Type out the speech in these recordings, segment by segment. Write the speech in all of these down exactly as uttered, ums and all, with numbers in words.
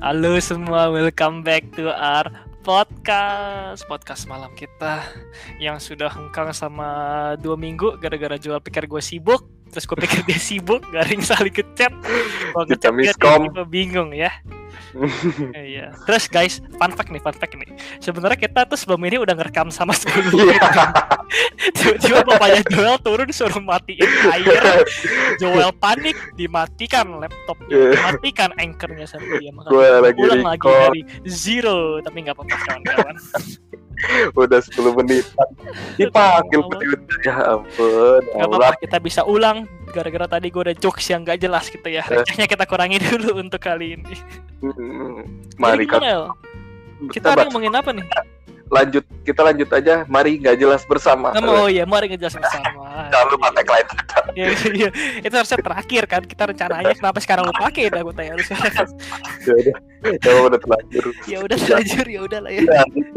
Halo semua, welcome back to our podcast Podcast malam kita yang sudah hengkang sama dua minggu gara-gara jual pikir gue sibuk. Terus gue pikir dia sibuk, garing saling ngechat. Gue ngechat dia tiba-tiba bingung ya. Iya. Terus guys, fun fact nih, fun fact nih. Sebenarnya kita tuh sebelum ini udah ngerekam sama sepuluh menit. Tiba-tiba bapaknya Joel turun disuruh matiin air. Joel panik, dimatikan laptopnya, dimatikan anchornya sama dia. Makanya ulang lagi dari zero, tapi nggak apa-apa kawan-kawan. Udah sepuluh menit dipanggil ya ampun. Gak apa-apa, kita bisa ulang. Gara-gara tadi gue ada jokes yang gak jelas gitu ya. Recehnya kita kurangi dulu untuk kali ini. hmm, Mari kan kita hari ngomongin apa nih? Lanjut, kita lanjut aja. Mari gak jelas bersama. Oh iya, mari gak jelas bersama. Jangan lupa tagline. Iya, iya. Itu harusnya terakhir kan. Kita rencananya kenapa sekarang lu pakai dah gue tanya harusnya. Ya udah, ya udah terlanjur. Ya udah terlanjur, ya udah lah ya.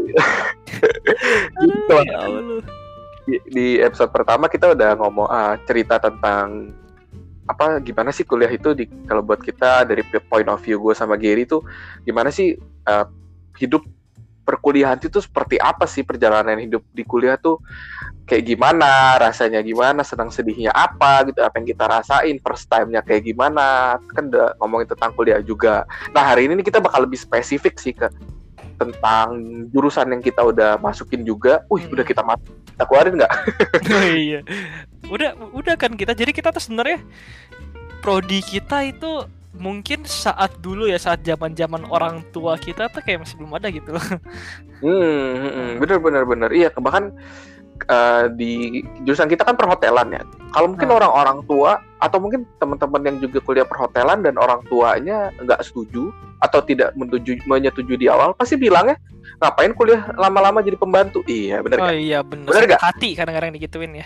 Aduh, ya Allah. Di, di episode pertama kita udah ngomong uh, cerita tentang apa gimana sih kuliah itu di kalau buat kita dari point of view gue sama Gary tuh gimana sih uh, hidup perkuliahan itu seperti apa sih, perjalanan hidup di kuliah tuh kayak gimana, rasanya gimana, senang sedihnya apa gitu, apa yang kita rasain, first time-nya kayak gimana, kan udah ngomongin tentang kuliah juga. Nah hari ini kita bakal lebih spesifik sih ke tentang jurusan yang kita udah masukin juga. Wih, hmm. udah kita masuk, kita keluarin nggak? Oh iya, udah, udah kan kita. Jadi kita tuh sebenarnya prodi kita itu mungkin saat dulu ya, saat zaman-zaman orang tua kita tuh kayak masih belum ada gitu. Hmm, hmm bener bener bener. Iya, bahkan uh, di jurusan kita kan perhotelan ya. Kalau mungkin hmm. orang-orang tua atau mungkin teman-teman yang juga kuliah perhotelan dan orang tuanya nggak setuju atau tidak menyetujui, menyetujui di awal, pasti bilang ya ngapain kuliah lama-lama jadi pembantu. Iya bener oh, kan? Iya bener. Bener nggak? Hati kadang-kadang digituin ya.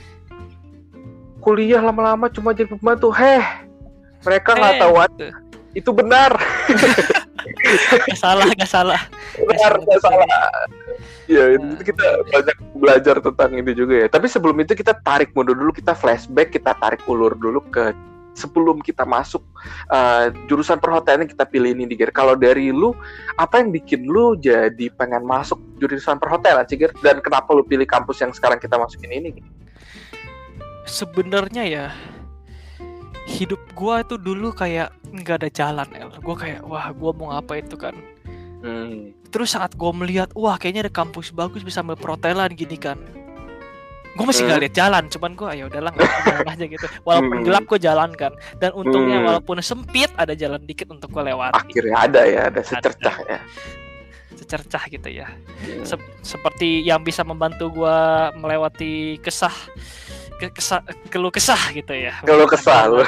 Kuliah lama-lama cuma jadi pembantu. Heh. Mereka nggak hey, tahu itu. itu benar. Gak salah, gak salah. Benar, gak salah. Ya, itu kita banyak belajar tentang ini juga ya. Tapi sebelum itu kita tarik mundur dulu, kita flashback, kita tarik ulur dulu ke sebelum kita masuk uh, jurusan perhotelan yang kita pilih ini, Digir. Kalau dari lu, apa yang bikin lu jadi pengen masuk jurusan perhotelan, Cigir? Dan kenapa lu pilih kampus yang sekarang kita masukin ini? Sebenarnya ya, hidup gue itu dulu kayak nggak ada jalan, El. Gue kayak, wah, gue mau ngapa itu kan. Hmm. Terus saat gue melihat, wah, kayaknya ada kampus bagus bisa ambil perhotelan gini kan. Gue masih nggak hmm. lihat jalan, cuman gue, ya udahlah, nggak jalan aja gitu. Walaupun hmm. gelap gue jalan kan. Dan untungnya hmm. walaupun sempit ada jalan dikit untuk gue lewati. Akhirnya ada ya, ada secercah ada. ya. Secercah gitu ya. Hmm. Se- seperti yang bisa membantu gue melewati kesah. Kesah, keluh kesah gitu ya. Keluh kesah lu.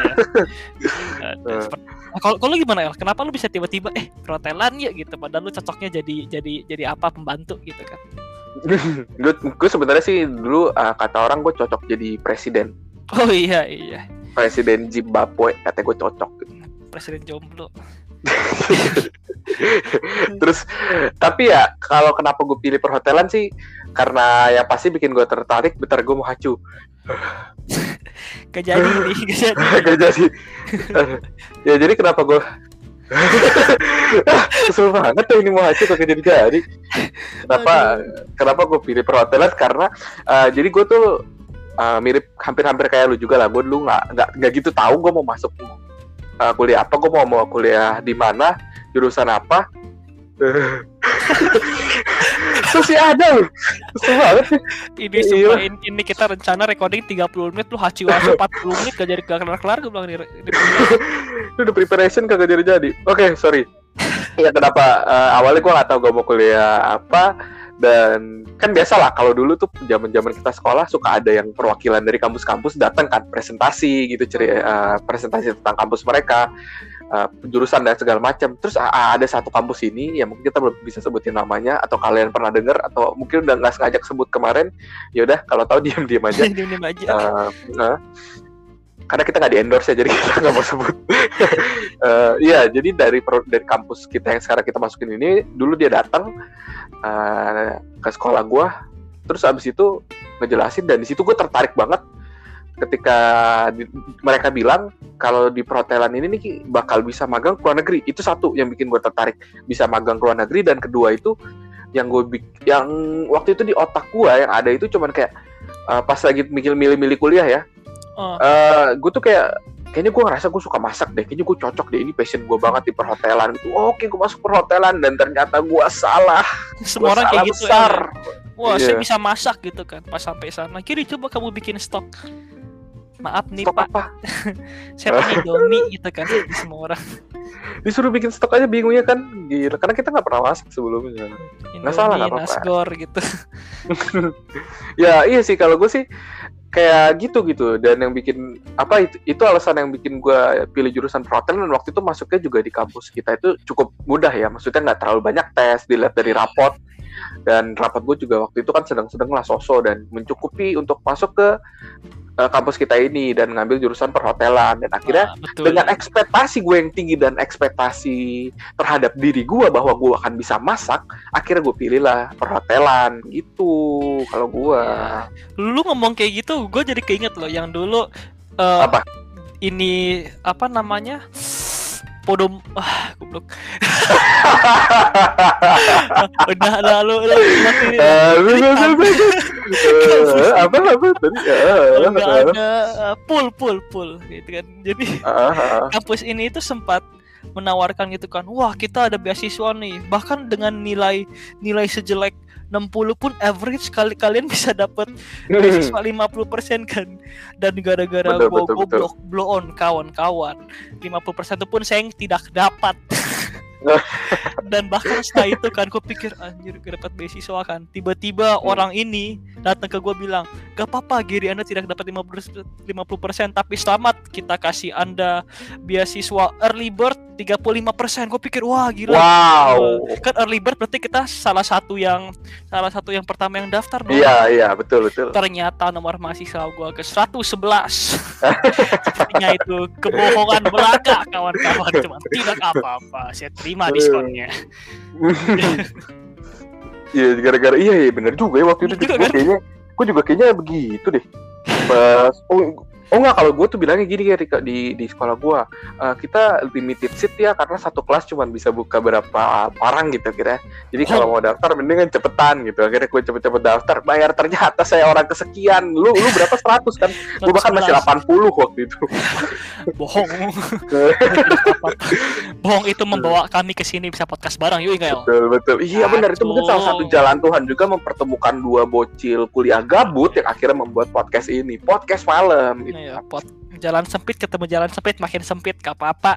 Kalau kalau gimana El? Kenapa lu bisa tiba-tiba eh perhotelan ya gitu? Padahal lu cocoknya jadi jadi jadi apa, pembantu gitu kan? gue gue sebenarnya sih dulu uh, kata orang gue cocok jadi presiden. Oh iya iya. Presiden Zimbabwe kata gue cocok. Presiden jomblo. Terus tapi ya kalau kenapa gue pilih perhotelan sih karena yang pasti bikin gue tertarik. Bentar gue mau hacu. Gak jadi nih, gak jadi. Gak jadi. Ya jadi kenapa gue kesel banget tuh ini mau hacu kagak jadi jadi. Kenapa Aduh. Kenapa gue pilih perhotelan karena uh, jadi gue tuh uh, mirip hampir-hampir kayak lu juga lah. Gue dulu nggak nggak nggak gitu tahu gue mau masuk uh, kuliah apa, gue mau mau kuliah di mana, jurusan apa. Terus sih ada loh. Kesel banget sih. Ini semua ini, ini kita rencana recording tiga puluh menit, lu haci waktu empat puluh menit gak jadi gak kelar-kelar gue bilang ini. Lu udah preparation kagak jadi-jadi. Oke, okay, sorry. Ya kenapa uh, awalnya gue gak tahu gue mau kuliah apa. Dan kan biasa lah kalau dulu tuh zaman-zaman kita sekolah suka ada yang perwakilan dari kampus-kampus datang kan presentasi gitu, cerita uh, presentasi tentang kampus mereka. Uh, jurusan dan segala macam. Terus uh, ada satu kampus ini yang mungkin kita belum bisa sebutin namanya atau kalian pernah dengar atau mungkin udah nggak sengaja sebut kemarin. Ya udah kalau tahu diam-diam aja. Diam-diam aja. Uh, uh, karena kita nggak di endorse ya, jadi kita nggak mau sebut. uh, Iya, jadi dari dari kampus kita yang sekarang kita masukin ini, dulu dia datang uh, ke sekolah gue, terus abis itu ngejelasin dan di situ gue tertarik banget. ketika di, mereka bilang kalau di perhotelan ini nih bakal bisa magang ke luar negeri. Itu satu yang bikin gue tertarik, bisa magang ke luar negeri. Dan kedua itu yang gue yang waktu itu di otak gue yang ada itu cuman kayak uh, pas lagi milih-milih kuliah ya, oh. uh, gue tuh kayak kayaknya gue ngerasa gue suka masak deh, kayaknya gue cocok deh, ini passion gue banget di perhotelan gitu. Oh, oke, gue masuk perhotelan dan ternyata gue salah. Semua orang kayak gitu besar. Ya. Wah, yeah. Saya bisa masak gitu kan. Pas sampai sana, kiri coba kamu bikin stok. Maaf nih stok Pak. Apa? Saya punya Indomie gitu kan, semua orang. Disuruh bikin stok aja bingungnya kan, gila. Karena kita nggak pernah masak sebelumnya. Nggak salah, nggak apa-apa. Nasgor gitu. Ya iya sih, kalau gue sih kayak gitu gitu. Dan yang bikin apa itu, itu alasan yang bikin gue pilih jurusan perhotelan. Dan waktu itu masuknya juga di kampus kita itu cukup mudah ya. Maksudnya nggak terlalu banyak tes, dilihat dari rapot. Dan rapat gue juga waktu itu kan sedang-sedang lah sosok dan mencukupi untuk masuk ke uh, kampus kita ini dan ngambil jurusan perhotelan. Dan akhirnya ah, dengan ekspektasi gue yang tinggi dan ekspektasi terhadap diri gue bahwa gue akan bisa masak, akhirnya gue pilih lah perhotelan gitu. Kalau gue ya. Lu ngomong kayak gitu, gue jadi keinget loh yang dulu uh, apa? Ini apa namanya? Podom, ah, goblok. Udah lalu lalu apa apa tadi? Enggak ada pool pool pool gitu kan. Jadi kampus ini itu sempat menawarkan gitu kan. Wah, kita ada beasiswa nih. Bahkan dengan nilai nilai sejelek enam puluh pun average kali kalian bisa dapat beasiswa lima puluh persen kan. Dan gara-gara gua goblok blow on kawan-kawan, lima puluh persen itu pun saya tidak dapat. Dan bahkan setelah itu kan gue pikir anjir gak dapat beasiswa kan. Tiba-tiba hmm. orang ini datang ke gue bilang, gak apa-apa Giri, Anda tidak dapat lima puluh persen, tapi selamat, kita kasih Anda beasiswa early bird tiga puluh lima persen. Gue pikir wah gila. Wow. Kan early bird berarti kita salah satu yang salah satu yang pertama yang daftar dong. Iya iya betul betul. Ternyata nomor mahasiswa gue ke seratus sebelas. Sepertinya itu kebohongan belaka kawan-kawan, cuma tidak apa-apa, saya terima diskonnya. Iya gara-gara iya iya benar juga ya waktu itu juga, gue kan? kayaknya gue juga kayaknya begitu deh. Pas oh Oh enggak, kalau gue tuh bilangnya gini kayak di di sekolah gue, uh, kita limited seat ya karena satu kelas cuma bisa buka berapa orang gitu kira. Jadi kalau mau daftar mendingan cepetan gitu. Akhirnya gue cepet-cepet daftar, bayar ternyata saya orang kesekian. Lu lu berapa seratus kan? Gue bahkan masih delapan puluh waktu itu. Bohong. Bohong itu membawa kami ke sini bisa podcast bareng yuk Ingael. Betul betul. Iya benar, itu mungkin salah satu jalan Tuhan juga mempertemukan dua bocil kuliah gabut yang akhirnya membuat podcast ini, podcast malam gitu. Ya, pot jalan sempit ketemu jalan sempit makin sempit gak apa-apa.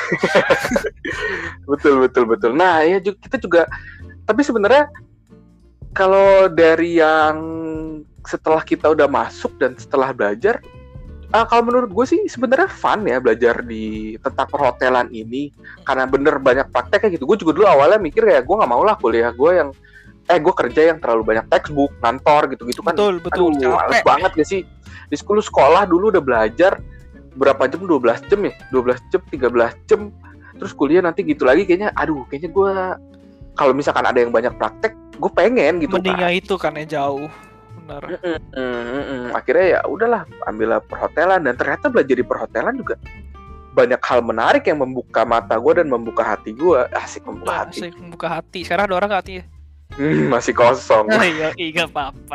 Betul betul betul. Nah ya kita juga, tapi sebenarnya kalau dari yang setelah kita udah masuk dan setelah belajar, uh, kalau menurut gue sih sebenarnya fun ya belajar di tentang perhotelan ini karena bener banyak prakteknya gitu. Gue juga dulu awalnya mikir ya gue nggak mau lah kuliah gue yang eh gue kerja yang terlalu banyak textbook, kantor gitu-gitu kan. Betul betul. Aduh, males banget gak sih. Di sekolah sekolah dulu udah belajar berapa jam, dua belas jam ya, dua belas jam, tiga belas jam, terus kuliah nanti gitu lagi kayaknya, aduh kayaknya gue kalau misalkan ada yang banyak praktek, gue pengen gitu. Mendingnya kan itu kan yang jauh, benar. Mm-mm, mm-mm. Akhirnya ya udahlah, ambillah perhotelan dan ternyata belajar di perhotelan juga banyak hal menarik yang membuka mata gue dan membuka hati gue, asik membuka nah, hati. Asik membuka hati. Sekarang ada orang hati ya? Hmm, masih kosong. Oh, iya, iya apa-apa.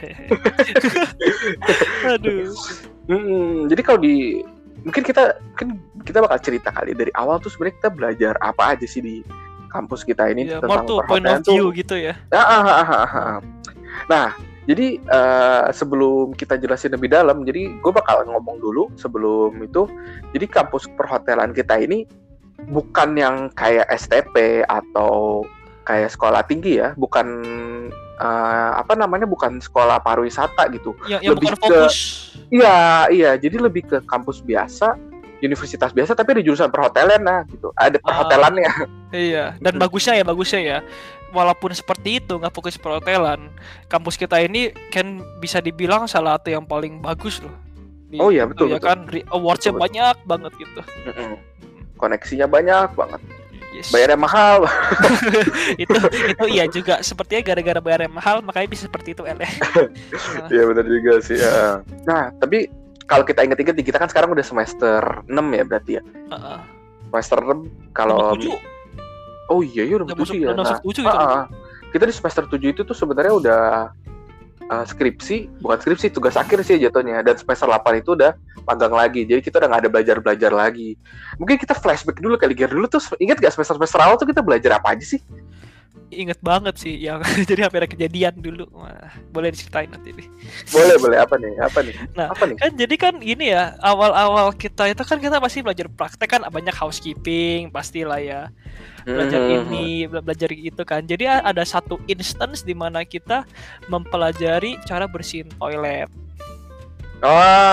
Aduh. Hmm, jadi kalau di mungkin kita mungkin kita bakal cerita kali dari awal tuh sebenarnya kita belajar apa aja sih di kampus kita ini ya, tentang tuh, point of view gitu ya. Ah, ah, ah, ah, ah. Nah, jadi uh, sebelum kita jelasin lebih dalam, jadi gue bakal ngomong dulu sebelum itu. Jadi kampus perhotelan kita ini bukan yang kayak S T P atau kayak sekolah tinggi ya, bukan uh, apa namanya, bukan sekolah pariwisata gitu. Ya, yang lebih bukan fokus. Ke, iya, iya, jadi lebih ke kampus biasa, universitas biasa, tapi ada jurusan perhotelan nah gitu. Ada perhotelannya. Uh, iya, dan bagusnya ya, bagusnya ya. Walaupun seperti itu nggak fokus perhotelan, kampus kita ini kan bisa dibilang salah satu yang paling bagus loh. Di, oh iya betul, ya betul. Kan awards-nya betul, banyak betul. banget gitu. Mm-mm. Koneksinya banyak banget. Yes. Bayarnya mahal. itu itu iya juga, sepertinya gara-gara bayarnya mahal makanya bisa seperti itu L. Iya benar juga sih ya. Nah tapi kalau kita inget-inget di kita kan sekarang udah semester enam ya berarti ya. Uh-uh. Semester enam kalau oh iya iya udah tujuh ya. Nah, tujuh gitu. uh, kita di semester tujuh itu tuh sebenarnya udah uh, skripsi, bukan skripsi, tugas akhir sih jatuhnya. Dan semester delapan itu udah magang lagi. Jadi kita udah gak ada belajar-belajar lagi. Mungkin kita flashback dulu kali Ger. Dulu tuh inget gak semester-semester awal tuh kita belajar apa aja sih? Ingat banget sih yang jadi hampir ada kejadian dulu. Wah, boleh diceritain nanti nih. Boleh boleh apa nih? Apa nih? Nah, apa nih? Kan jadi kan ini ya, awal-awal kita itu kan kita pasti belajar praktek kan, banyak housekeeping pastilah ya. Belajar mm-hmm. ini, belajar itu kan. Jadi ada satu instance di mana kita mempelajari cara bersihin toilet. Oh,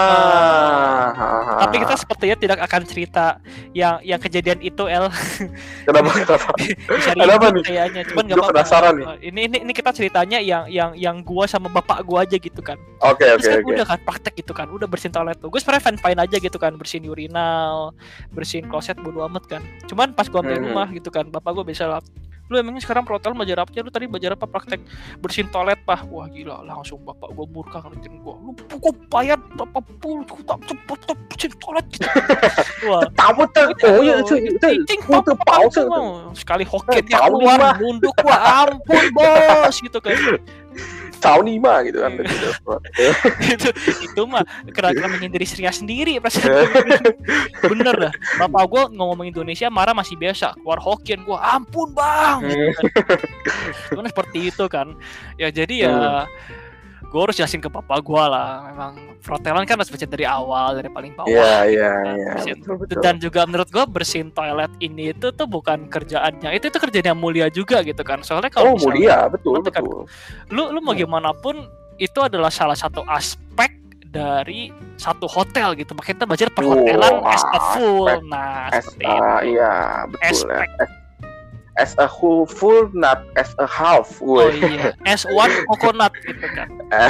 uh, tapi kita sepertinya tidak akan cerita yang yang kejadian itu El. Kenapa? Kenapa? Kenapa nih? Kayaknya, cuman nggak apa-apa. Penasaran nih. Ini ini ini kita ceritanya yang yang yang gua sama bapak gua aja gitu kan. Oke okay, oke. Okay, kan okay. Udah kan praktek gitu kan, udah bersihin toilet tuh. Gue sebenarnya fine fine aja gitu kan, bersihin urinal, bersihin kloset bodo amat kan. Cuman pas gua sampai hmm. rumah gitu kan, bapak gua biasa lah, lu emangnya sekarang perhotelan belajar apa? Lu tadi belajar apa? Praktek bersihin toilet, Pak. Wah gila, langsung bapak gue murka ngeliatin gue. Lu gue bayar berapa puluh juta cepet bersihin toilet gitu. Wah, tahu tuh. Oh iya, itu itu pausa. Sekali hoket ya keluar, nunduk gua, ampun bos gitu kan. Tahun lima gitu kan gitu. itu itu mah kira-kira menghindari istrinya sendiri perasaan. Bener dah, bapak gue ngomong Indonesia marah masih biasa, keluar Hokkien gue, ampun bang gitu kan. Cuman seperti itu kan ya, jadi ya gue harus jelasin ke bapak gue lah, memang perhotelan kan harus baca dari awal, dari paling bawah. Iya iya iya. Dan juga menurut gue bersihin toilet ini itu tuh bukan kerjaannya, itu itu kerjaan yang mulia juga gitu kan. Soalnya kalau oh mulia betul betul. Kan, lu lu mau gimana pun itu adalah salah satu aspek dari satu hotel gitu. Makanya kita belajar perhotelan oh, as a full. Aspek, nah as, seperti uh, itu. Iya betul aspek. ya. As a whole full, not as a half. Oh iya, as one coconut gitu kan.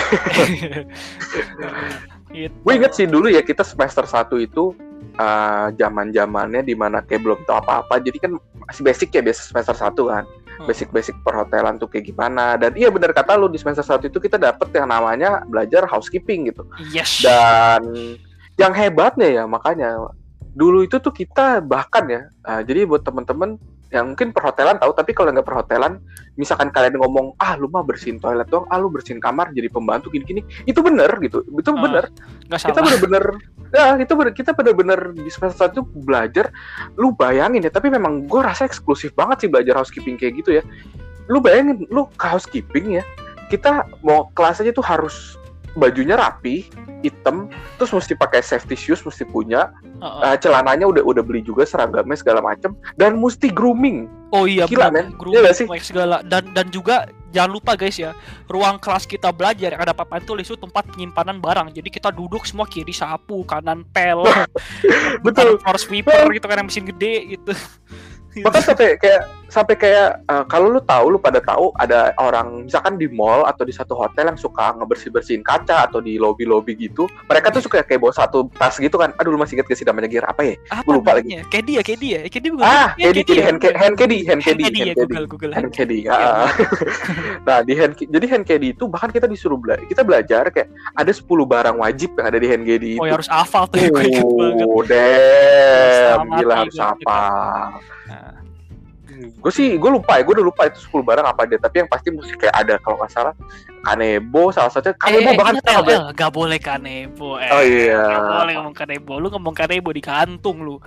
Gitu. Gue inget sih dulu ya kita semester satu itu uh, zaman-zamannya dimana kayak belum tahu apa-apa. Jadi kan masih basic ya biasa semester satu kan. Hmm. Basic-basic perhotelan tuh kayak gimana. Dan iya benar kata lu, di semester satu itu kita dapet yang namanya belajar housekeeping gitu. Yes. Dan yang hebatnya ya makanya dulu itu tuh kita bahkan ya. Uh, jadi buat teman-teman yang mungkin perhotelan tahu, tapi kalau nggak perhotelan, misalkan kalian ngomong, ah lu mah bersihin toilet doang, ah lu bersihin kamar jadi pembantu gini-gini, itu bener gitu, itu uh, bener. Kita bener-bener, ya itu bener, kita bener-bener di semester satu belajar, lu bayangin ya, tapi memang gue rasa eksklusif banget sih belajar housekeeping kayak gitu ya. Lu bayangin, lu ke housekeeping ya, kita mau kelas aja tuh harus bajunya rapi, hitam, terus mesti pakai safety shoes, mesti punya, uh-uh. uh, celananya udah udah beli juga, seragamnya segala macem, dan mesti grooming. Oh iya, gila men, grooming ya sih? Segala, dan dan juga jangan lupa guys ya, ruang kelas kita belajar yang ada papan tulis itu tempat penyimpanan barang. Jadi kita duduk semua kiri sapu, kanan pel, betul, floor sweeper gitu kan, yang mesin gede gitu. Bahkan sampai kayak sampai kayak uh, kalau lu tahu, lu pada tahu ada orang misalkan di mall atau di satu hotel yang suka ngebersih-bersihin kaca atau di lobby-lobby gitu. Mereka tuh suka kayak bawa satu tas gitu kan. Aduh lu masih inget gak sih namanya Gear apa ya? Gue lupa namanya? Lagi. Kedi ya, Kedi ya. Kedi bukan. Ah, Kedi, Kedi, hand hand Kedi, hand Kedi, hand Google, Google. Hand Kedi. Nah, di hand jadi hand Kedi itu bahkan kita disuruh belajar. Kita belajar kayak ada sepuluh barang wajib yang ada di hand Kedi itu. Oh, ya harus hafal tuh. Gue inget banget. Oh, damn. Gila harus hafal. Nah. Gue sih, gue lupa ya, gue udah lupa itu sepuluh barang apa dia. Tapi yang pasti mesti kayak ada, kalau nggak salah kanebo, salah satunya kanebo eh, bahkan kita nggak gak boleh kanebo. Eh, oh iya. Gak boleh ngomong kanebo, lu ngomong kanebo di kantung lu.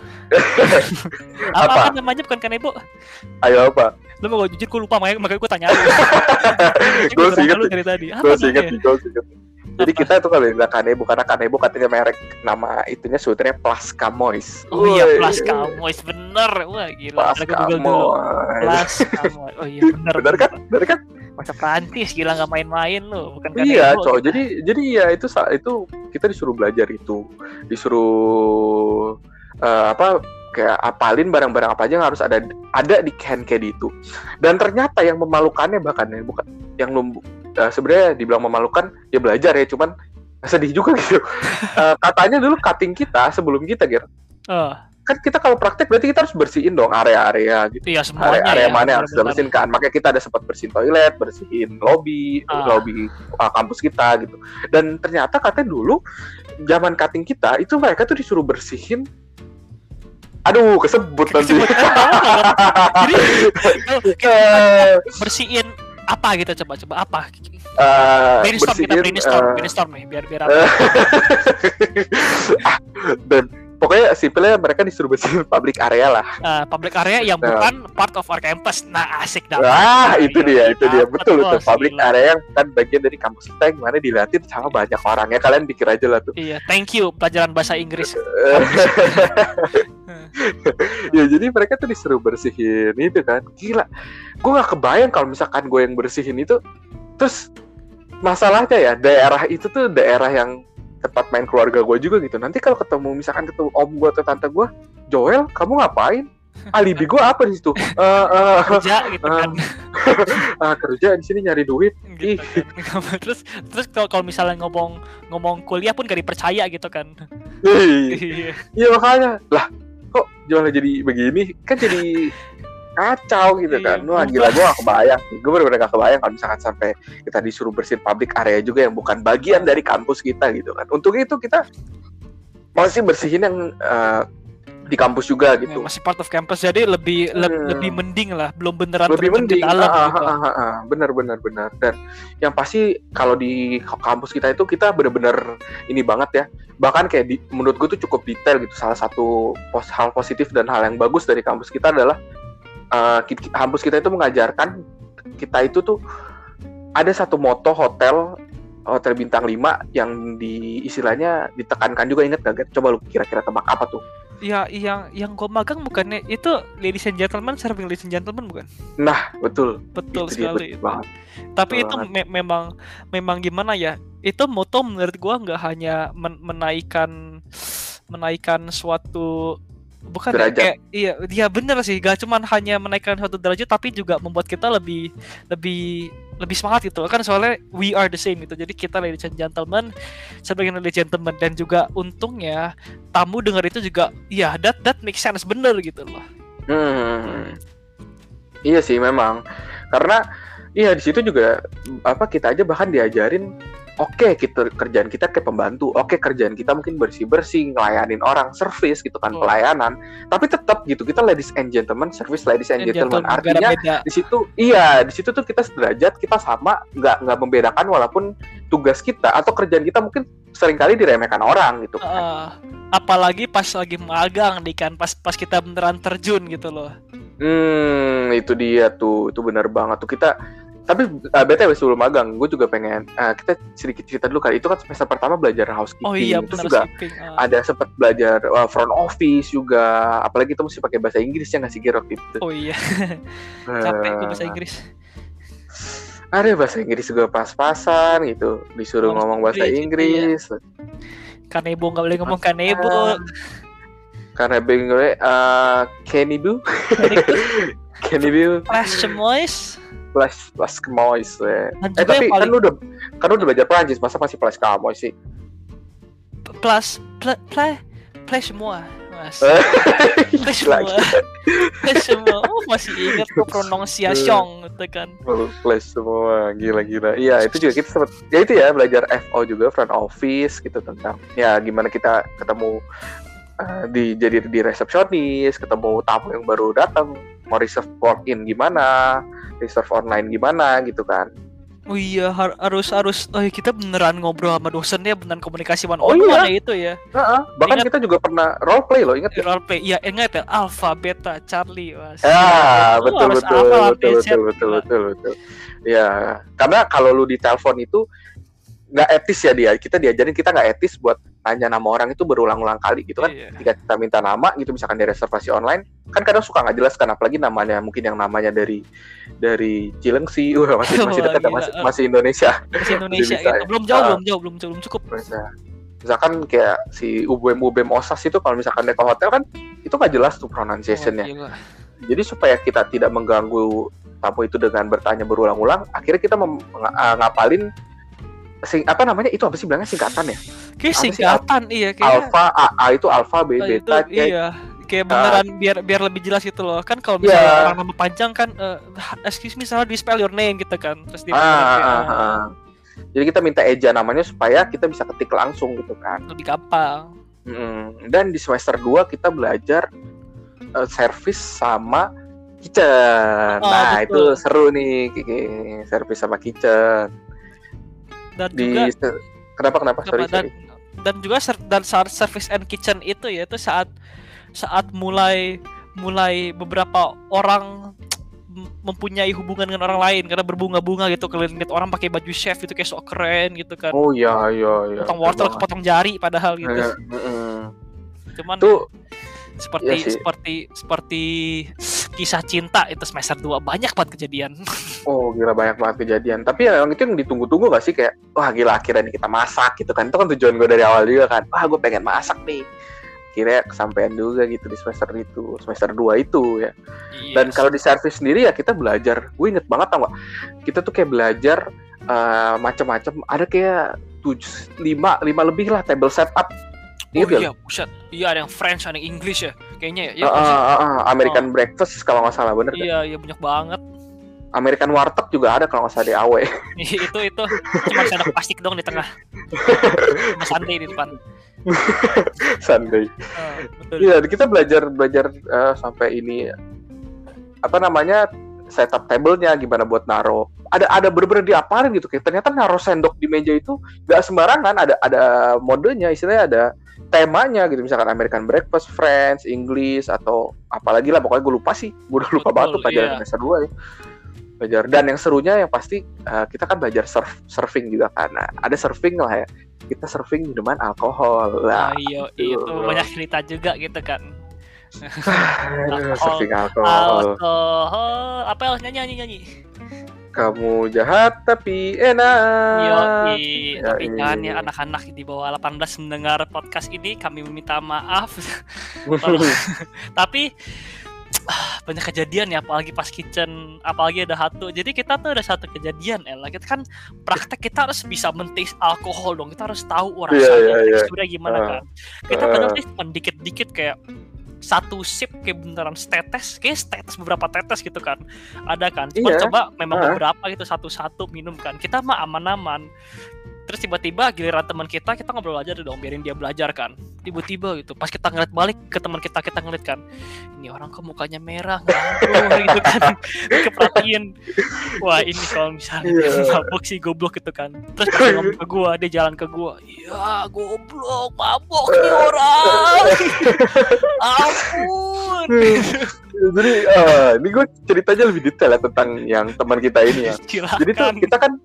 apa, apa namanya bukan kanebo? Ayo apa? Lu mau gue jujur, gue lupa, makanya, makanya gue tanya lu. Gue sih inget, dari tadi. Gue sih inget, gue sih inget. Jadi apa? Kita itu kalau bilang kanebo, karena kanebo katanya merek, nama itunya sebetulnya Plaska Moist. Oh iya, Plaska Moist, bener. Wah gila. Plaska Moist. Plaska Moist. Oh iya bener. Bener kan? Bener kan? Masa Prancis, gila nggak main-main lu, bukan kanebo. Iya, cowok. Jadi jadi ya itu itu kita disuruh belajar itu, disuruh uh, apa? Kayak apalin barang-barang apa aja yang harus ada ada di hand Kedi itu. Dan ternyata yang memalukannya bahkan ya, bukan yang lu uh, sebenarnya dibilang memalukan ya belajar ya, cuman sedih juga gitu. uh, katanya dulu cutting kita sebelum kita Ger. Uh. kan kita kalau praktek berarti kita harus bersihin dong area-area gitu. Iya, semuanya area-area ya, mana yang harus benar-benar. bersihin kan. Makanya kita ada sempat bersihin toilet, bersihin lobby, Ah. lobby uh, kampus kita gitu. Dan ternyata katanya dulu zaman cutting kita itu mereka tuh disuruh bersihin. Aduh, kesebut nanti. Kesebut, kan, tahu. Jadi oh, kita bersihin apa gitu, coba-coba apa? Uh, Brainstorm, kita bersihin, brainstorm, uh, brainstorm nih, biar biar apa? Ah, dan pokoknya simpelnya mereka disuruh bersihin public area lah. Uh, public area yang Nah. bukan part of our campus. Nah, asik dapet. Wah, itu dia, itu dia. Dapet, Betul, itu bos, public gila. area yang kan bagian dari kampus kita yang mana dilihatin sama banyak orang ya. Kalian pikir aja lah tuh. Iya, thank you pelajaran bahasa Inggris. Ya jadi mereka tuh disuruh bersihin itu kan. Gila. Gue gak kebayang kalau misalkan gue yang bersihin itu. Terus masalahnya ya, daerah itu tuh daerah yang tempat main keluarga gue juga gitu. Nanti kalau ketemu misalkan ketemu om gue atau tante gue, Joel, kamu ngapain? Alibi gue apa di situ? Uh, uh, Kerja gitu kan. uh, kerja di sini nyari duit. Gitu kan. terus terus kalau kalau misalnya ngomong ngomong kuliah pun gak dipercaya gitu kan. Iya. Iya makanya lah, kok Joel jadi begini? Kan jadi kacau gitu kan. Iya, Wah gila, gue gak kebayang. Gue bener-bener gak kebayang kalau misalkan sampai kita disuruh bersihin public area juga yang bukan bagian dari kampus kita gitu kan. Untuk itu kita masih bersihin yang uh, di kampus juga Ya, gitu. masih part of campus, jadi lebih le- Hmm. lebih mending lah, belum beneran Lebih terjun mending. ke dalam Ah, gitu. ah, ah, ah. Bener bener bener. Dan yang pasti kalau di kampus kita itu kita bener-bener ini banget ya. Bahkan kayak di, menurut gue tuh cukup detail gitu. Salah satu pos, hal positif dan hal yang bagus dari kampus kita adalah uh, ki- kampus kita itu mengajarkan kita itu tuh ada satu moto hotel hotel bintang lima yang di istilahnya ditekankan juga, inget gak Gat? Coba lu kira-kira tebak apa tuh? Ya, yang yang gue magang bukannya itu ladies and gentlemen serving ladies and gentlemen bukan? Nah, betul. Betul Itu dia, sekali betul itu. banget. Tapi Betul itu banget. me- memang memang gimana ya? Itu moto menurut gua nggak hanya men- menaikkan menaikkan suatu bukan ya, Derajat. kayak iya dia bener sih, gak cuman hanya menaikkan suatu derajat tapi juga membuat kita lebih lebih lebih semangat gitu kan, soalnya we are the same gitu. Jadi kita ladies and gentlemen sebagai ladies and gentlemen, dan juga untungnya tamu dengar itu juga ya that that makes sense, bener gitu loh. Hmm. Iya sih memang. Karena iya di situ juga apa kita aja bahkan diajarin oke kita kerjaan kita kayak pembantu, oke kerjaan kita mungkin bersih-bersih, ngelayanin orang, service gitu kan, Oh. pelayanan. Tapi tetap gitu kita ladies and gentlemen, service ladies and And gentlemen. gentlemen, Artinya beda-beda. di situ iya, di situ tuh kita sederajat, kita sama, nggak nggak membedakan walaupun tugas kita atau kerjaan kita mungkin seringkali diremehkan orang gitu kan. Uh, apalagi pas lagi magang nih kan, pas pas kita beneran terjun gitu loh. Hmm, itu dia tuh, itu benar banget tuh kita. Tapi uh, B T W sebelum magang, gue juga pengen uh, kita sedikit cerita dulu kali. Itu kan semester pertama belajar housekeeping, Oh iya, terus bener juga shipping. Uh, ada sempat belajar uh, front office juga. Apalagi kita mesti pakai bahasa Inggris ya nggak sih Gir waktu itu? oh iya, Eh, capek gue bahasa Inggris. Ada bahasa Inggris juga pas-pasan gitu, disuruh Bahasa ngomong bahasa Inggris, Inggris. Kanebo nggak boleh ngomong kanebo. Karena bingung gue, uh, can you can you Flash semuais. plus plus kemois ya. Dan Eh juga tapi yang kan paling lu udah kan lu udah belajar Prancis, masa masih plus kemois sih? plus play play play semua mas. Eh, Play gila, semua. Play semua. Oh, masih ingat tuh pronunciation gitu kan. Flash semua, gila-gila. Iya, itu juga kita sempat, ya itu ya belajar F O juga, front office gitu, tentang ya gimana kita ketemu uh, di jadi di resepsionis, ketemu tamu yang baru datang, mau reserve walk in gimana, reserve online gimana gitu kan. Oh iya, har- harus harus oh iya, kita beneran ngobrol sama dosennya, beneran komunikasi one Oh on one iya. ya itu ya. Heeh, bahkan Ingat- kita juga pernah role play loh, ingat ya? Role play. Iya, ingat ya, Alpha, Beta, Charlie, mas. Ya, Itu betul harus betul hafal betul A B C, betul betul gila. betul betul. Ya, karena kalau lu di telepon itu nggak etis ya dia. Kita diajarin kita nggak etis buat nanya nama orang itu berulang-ulang kali gitu kan. Iya. Ketika kita minta nama gitu, misalkan di reservasi online, kan kadang suka nggak jelas kan, apalagi namanya mungkin yang namanya dari dari Cilengsi, wah masih masih Wah, dekat ya, gila. masih masih Indonesia. Bahasa Indonesia bisa gitu. ya. Belum jauh, Ah. belum jauh, belum jauh, belum cukup. Misalkan, misalkan kayak si U B M U B M OSAS itu kalau misalkan dia ke hotel kan itu nggak jelas tuh Wah, pronunciation-nya. gila. Jadi supaya kita tidak mengganggu tamu itu dengan bertanya berulang-ulang, akhirnya kita mem- ng- uh, ngapalin sing apa namanya itu apa sih bilangnya singkatan ya? Kayak Apa sih, singkatan, iya kayak Alpha A, A itu alfa, B ah, itu beta, C. iya. Kayak beneran uh, biar biar lebih jelas gitu loh. Kan kalau misalnya yeah. orang nama panjang kan uh, excuse me, how do you spell your name gitu kan. Terus dia ah, ah, ah, ah. Jadi kita minta eja namanya supaya kita bisa ketik langsung gitu kan. Lebih gampang. Hmm. Dan di semester dua kita belajar uh, service sama kitchen. Oh, nah, betul. Itu seru nih, Kiki. Service sama kitchen. Dan di juga kenapa kenapa sorry, dan, sorry. dan juga dan saat service and kitchen itu ya itu saat saat mulai mulai beberapa orang mempunyai hubungan dengan orang lain karena berbunga-bunga gitu, kalian lihat orang pakai baju chef itu kayak sok keren gitu kan. Oh iya iya iya. Potong wortel kepotong jari padahal gitu. Ya, uh, Cuman tuh seperti ya seperti seperti kisah cinta itu semester dua banyak banget kejadian. Oh gila banyak banget kejadian. Tapi ya yang itu yang ditunggu-tunggu gak sih, kayak wah gila akhirnya nih kita masak gitu kan. Itu kan tujuan gue dari awal juga kan. Wah gue pengen masak nih. Akhirnya kesampaian juga gitu di semester itu, semester dua itu ya. Yes. Dan kalau di service sendiri ya kita belajar. Gue inget banget tau gak, kita tuh kayak belajar uh, macam-macam. Ada kayak tujuh, lima, lima lebih lah table setup. Oh gitu iya, buset. Iya ada yang French, ada yang English ya, kayaknya ya. Uh, uh, uh, uh, American oh. breakfast kalau nggak salah, bener kan? Iya, iya banyak banget. American warteg juga ada kalau nggak salah di A W. itu itu cuma sendok plastik dong di tengah. Sama sundae di depan. Sundae. Uh, iya, kita belajar belajar uh, sampai ini apa namanya setup table-nya gimana buat naro. Ada ada bener-bener diapalin gitu, kayak ternyata naro sendok di meja itu nggak sembarangan, ada ada modenya, istilahnya ada temanya gitu, misalkan American breakfast, French, English atau apalagi lah, pokoknya gue lupa sih, gue udah lupa banget tuh pelajaran iya. semester dua ya. Belajar, dan yang serunya yang pasti uh, kita kan belajar surf, surfing juga kan, nah, ada surfing lah ya, kita surfing minuman alkohol lah. Oh, iya, itu banyak cerita juga gitu kan. Surfing alkohol. Alkohol, apa yang nyanyi nyanyi nyanyi? Kamu jahat tapi enak. Yoi, tapi jangan ya anak-anak di bawah delapan belas mendengar podcast ini, kami meminta maaf. Tapi banyak kejadian ya, apalagi pas kitchen, apalagi ada satu. Jadi kita tuh ada satu kejadian, Ella. Kita kan praktek, kita harus bisa mentis alkohol dong. Kita harus tahu rasanya, yeah, yeah, yeah. Sudah gimana uh, kan. Kita uh, benar-benar cuma dikit-dikit kayak satu sip kayak beneran setetes, kayak setetes beberapa tetes gitu kan, ada kan. Cuma iya. coba memang uh. beberapa gitu satu-satu minum kan. Kita mah aman-aman. Terus tiba-tiba giliran teman kita, kita ngobrol aja dong, biarin dia belajar kan. Tiba-tiba gitu, pas kita ngeliat balik ke teman kita, kita ngeliat kan, ini orang kok mukanya merah, ngantuk gitu kan. Keperhatiin, wah ini kalau misalnya yeah. dia mabok sih goblok gitu kan. Terus dia ngomong ke gua, dia jalan ke gua, iya goblok, mabok nih orang. Ampun. Jadi uh, ini gue ceritanya lebih detail ya tentang yang teman kita ini ya. Silakan. Jadi tuh kita kan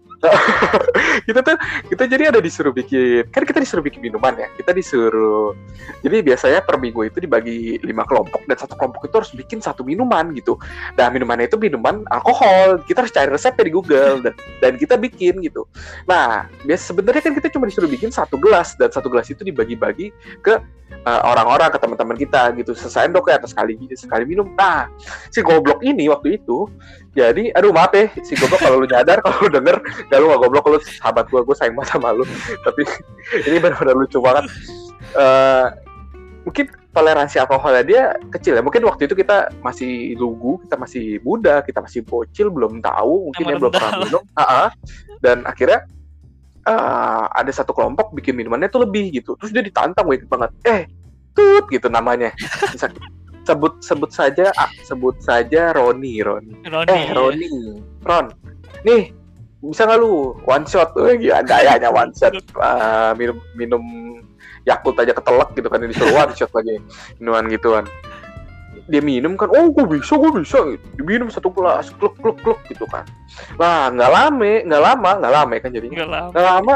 kita tuh kita jadi ada disuruh bikin, kan kita disuruh bikin minuman ya. Kita disuruh, jadi biasanya per minggu itu dibagi lima kelompok dan satu kelompok itu harus bikin satu minuman gitu. Nah minumannya itu minuman alkohol. Kita harus cari resepnya di Google dan dan kita bikin gitu. Nah biasa sebenarnya kan kita cuma disuruh bikin satu gelas dan satu gelas itu dibagi-bagi ke uh, orang-orang, ke teman-teman kita gitu, sesendok ya atau sekali sekali minum. Nah si goblok ini waktu itu, jadi aduh maaf ya si goblok kalau lu nyadar, kalau lu denger, gak lu gak goblok, lu sahabat gue, gue sayang banget sama lu. Tapi ini benar-benar lucu banget. Uh, mungkin toleransi alkoholnya dia kecil ya. Mungkin waktu itu kita masih lugu, kita masih muda, kita masih bocil, belum tahu, mungkin dia belum pernah minum. Uh-uh. Dan akhirnya uh, ada satu kelompok bikin minumannya tuh lebih gitu. Terus dia ditantang, gue inget banget. Eh, tut gitu namanya. Bisa sebut sebut saja ah, sebut saja Roni Roni. Roni eh Roni Ron nih bisa nggak lu one shot tuh gila gayanya one shot uh, minum minum Yakult aja ketelek gitu kan, disuruh one shot lagi minuman gituan. Dia minum kan, oh gue bisa gue bisa gitu. Diminum satu gelas kluk kluk kluk gitu kan. Lah nggak lama nggak lama nggak lama kan jadinya nggak lama. lama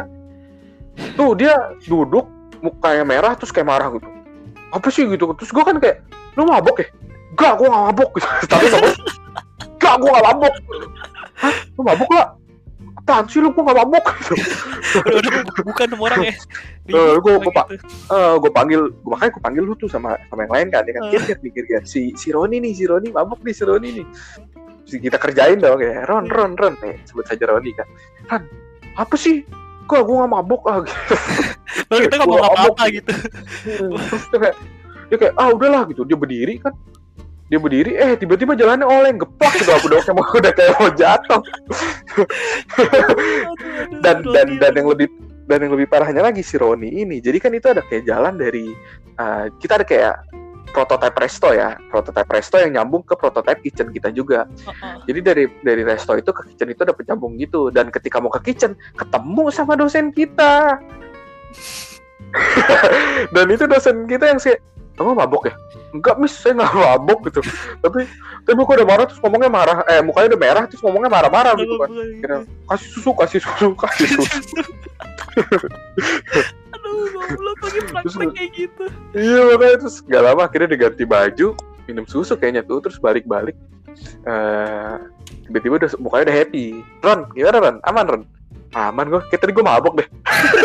tuh dia duduk mukanya merah terus kayak marah gitu, apa sih gitu. Terus gue kan kayak, lu mabok ya? Enggak, gue gak mabok gitu. Tapi ngomong, enggak, gue gak mabok. Hah? Lu mabok lah? Apaan sih lu, gue gak mabok gitu. Udah, udah bukan sama orang ya. Uh, gue gue pa- uh, gue panggil, gua, makanya gue panggil lu tuh sama sama yang lain kan. Dia kan mikir mikir kan, si si Roni nih, si Roni mabok nih, si Roni nih. Terus kita kerjain dong ya. Ron, Ron, Ron. Nih, sebut saja Roni kan. Ron, apa sih? Kok gue gak mabok ah gitu. Lalu kita ngomong apa-apa gitu. Terus tuh kayak, Dia kayak ah udahlah gitu, dia berdiri kan, dia berdiri, eh tiba-tiba jalannya oleng, geplak gitu, aku udah mau udah kayak mau jatuh. dan dan dan yang lebih dan yang lebih parahnya lagi si Roni ini, jadi kan itu ada kayak jalan dari uh, kita ada kayak prototype resto ya, prototype resto yang nyambung ke prototype kitchen kita juga. Uh-uh. Jadi dari dari resto itu ke kitchen itu ada penyambung gitu. Dan ketika mau ke kitchen, ketemu sama dosen kita. Dan itu dosen kita yang sih, kamu mabok ya? Enggak miss, saya nggak mabok gitu. tapi tapi kok udah marah terus ngomongnya marah, eh mukanya udah merah terus ngomongnya marah-marah gitu kan. Kira kasih susu, kasih susu, kasih susu. Aduh, goblok lagi praktek kayak gitu. Iya makanya terus gak lama akhirnya diganti baju, minum susu kayaknya tuh, terus balik-balik uh, tiba-tiba udah mukanya udah happy. Ron, gimana Ron? Aman Ron? Aman gue, kayak tadi gue mabok deh.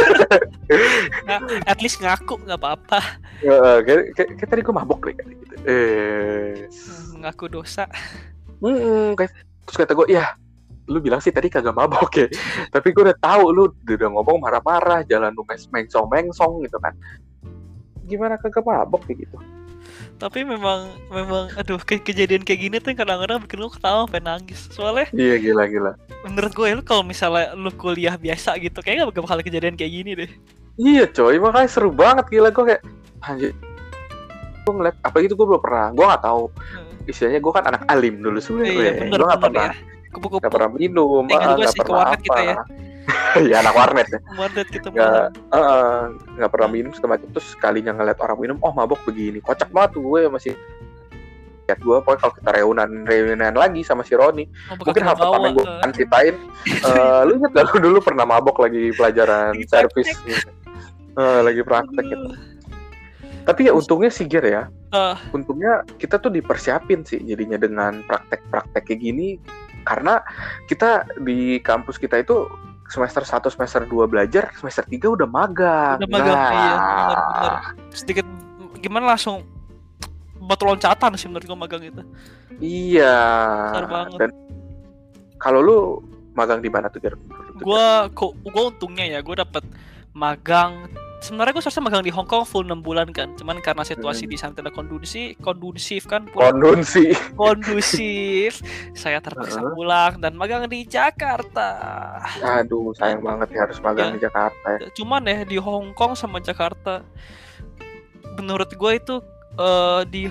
Nah, at least ngaku gak apa-apa. uh, kayak, kayak, kayak tadi gue mabok deh kayak gitu. Eh, ngaku dosa. Hmm, kayak, terus kata gue, ya lu bilang sih tadi kagak mabok ya, tapi gue udah tahu lu udah ngomong marah-marah, jalan lu mengsong-mengsong gitu kan, gimana kagak mabok kayak gitu. Tapi memang memang aduh ke- kejadian kayak gini tuh kadang-kadang bikin lu ketawa sampai nangis. Soalnya iya gila gila. Menurut gue lu kalau misalnya lu kuliah biasa gitu kayaknya gak bakal kejadian kayak gini deh. Iya coy, makanya seru banget gila, gue kayak anjir. Gue ngeliat apa gitu, gue belum pernah, gue nggak tahu. Hmm. Istilahnya gue kan anak alim dulu sebenarnya, iya, gue nggak pernah. Ya. Kupu-kupu. Gak pernah minum, ah, gak pernah apa. Kita ya. Ya anak warnet ya. Warnet kita gak, uh, gak pernah minum segala macam. Terus sekalinya ngeliat orang minum, oh mabok begini. Kocak banget tuh gue masih lihat gue. Pokoknya kalau kita reunian reunian lagi sama si Roni, oh, mungkin hal pertama yang gue akan ceritain, uh, lu inget gak lu dulu pernah mabok lagi pelajaran servis gitu. uh, lagi praktek gitu. Tapi ya untungnya sih Ger ya, uh. untungnya kita tuh dipersiapin sih jadinya dengan praktek-praktek kayak gini. Karena kita di kampus kita itu semester satu, semester dua belajar, semester tiga udah magang. Udah magang, nah. Iya, benar-benar. Sedikit gimana langsung batu loncatan sih menurut gue magang itu. Iya. Besar banget. Dan kalau lu magang di mana tuh, Ger? Gua kok gua untungnya ya, gue dapet magang. Sebenarnya gue seharusnya magang di Hong Kong full enam bulan kan, cuman karena situasi hmm. di sana tidak kondusif, kondusif kan, kondusif, kondusif, saya terpaksa uh-huh. pulang dan magang di Jakarta. Aduh, sayang banget ya harus magang ya. di Jakarta. Ya. Cuman ya di Hong Kong sama Jakarta, menurut gue itu uh, di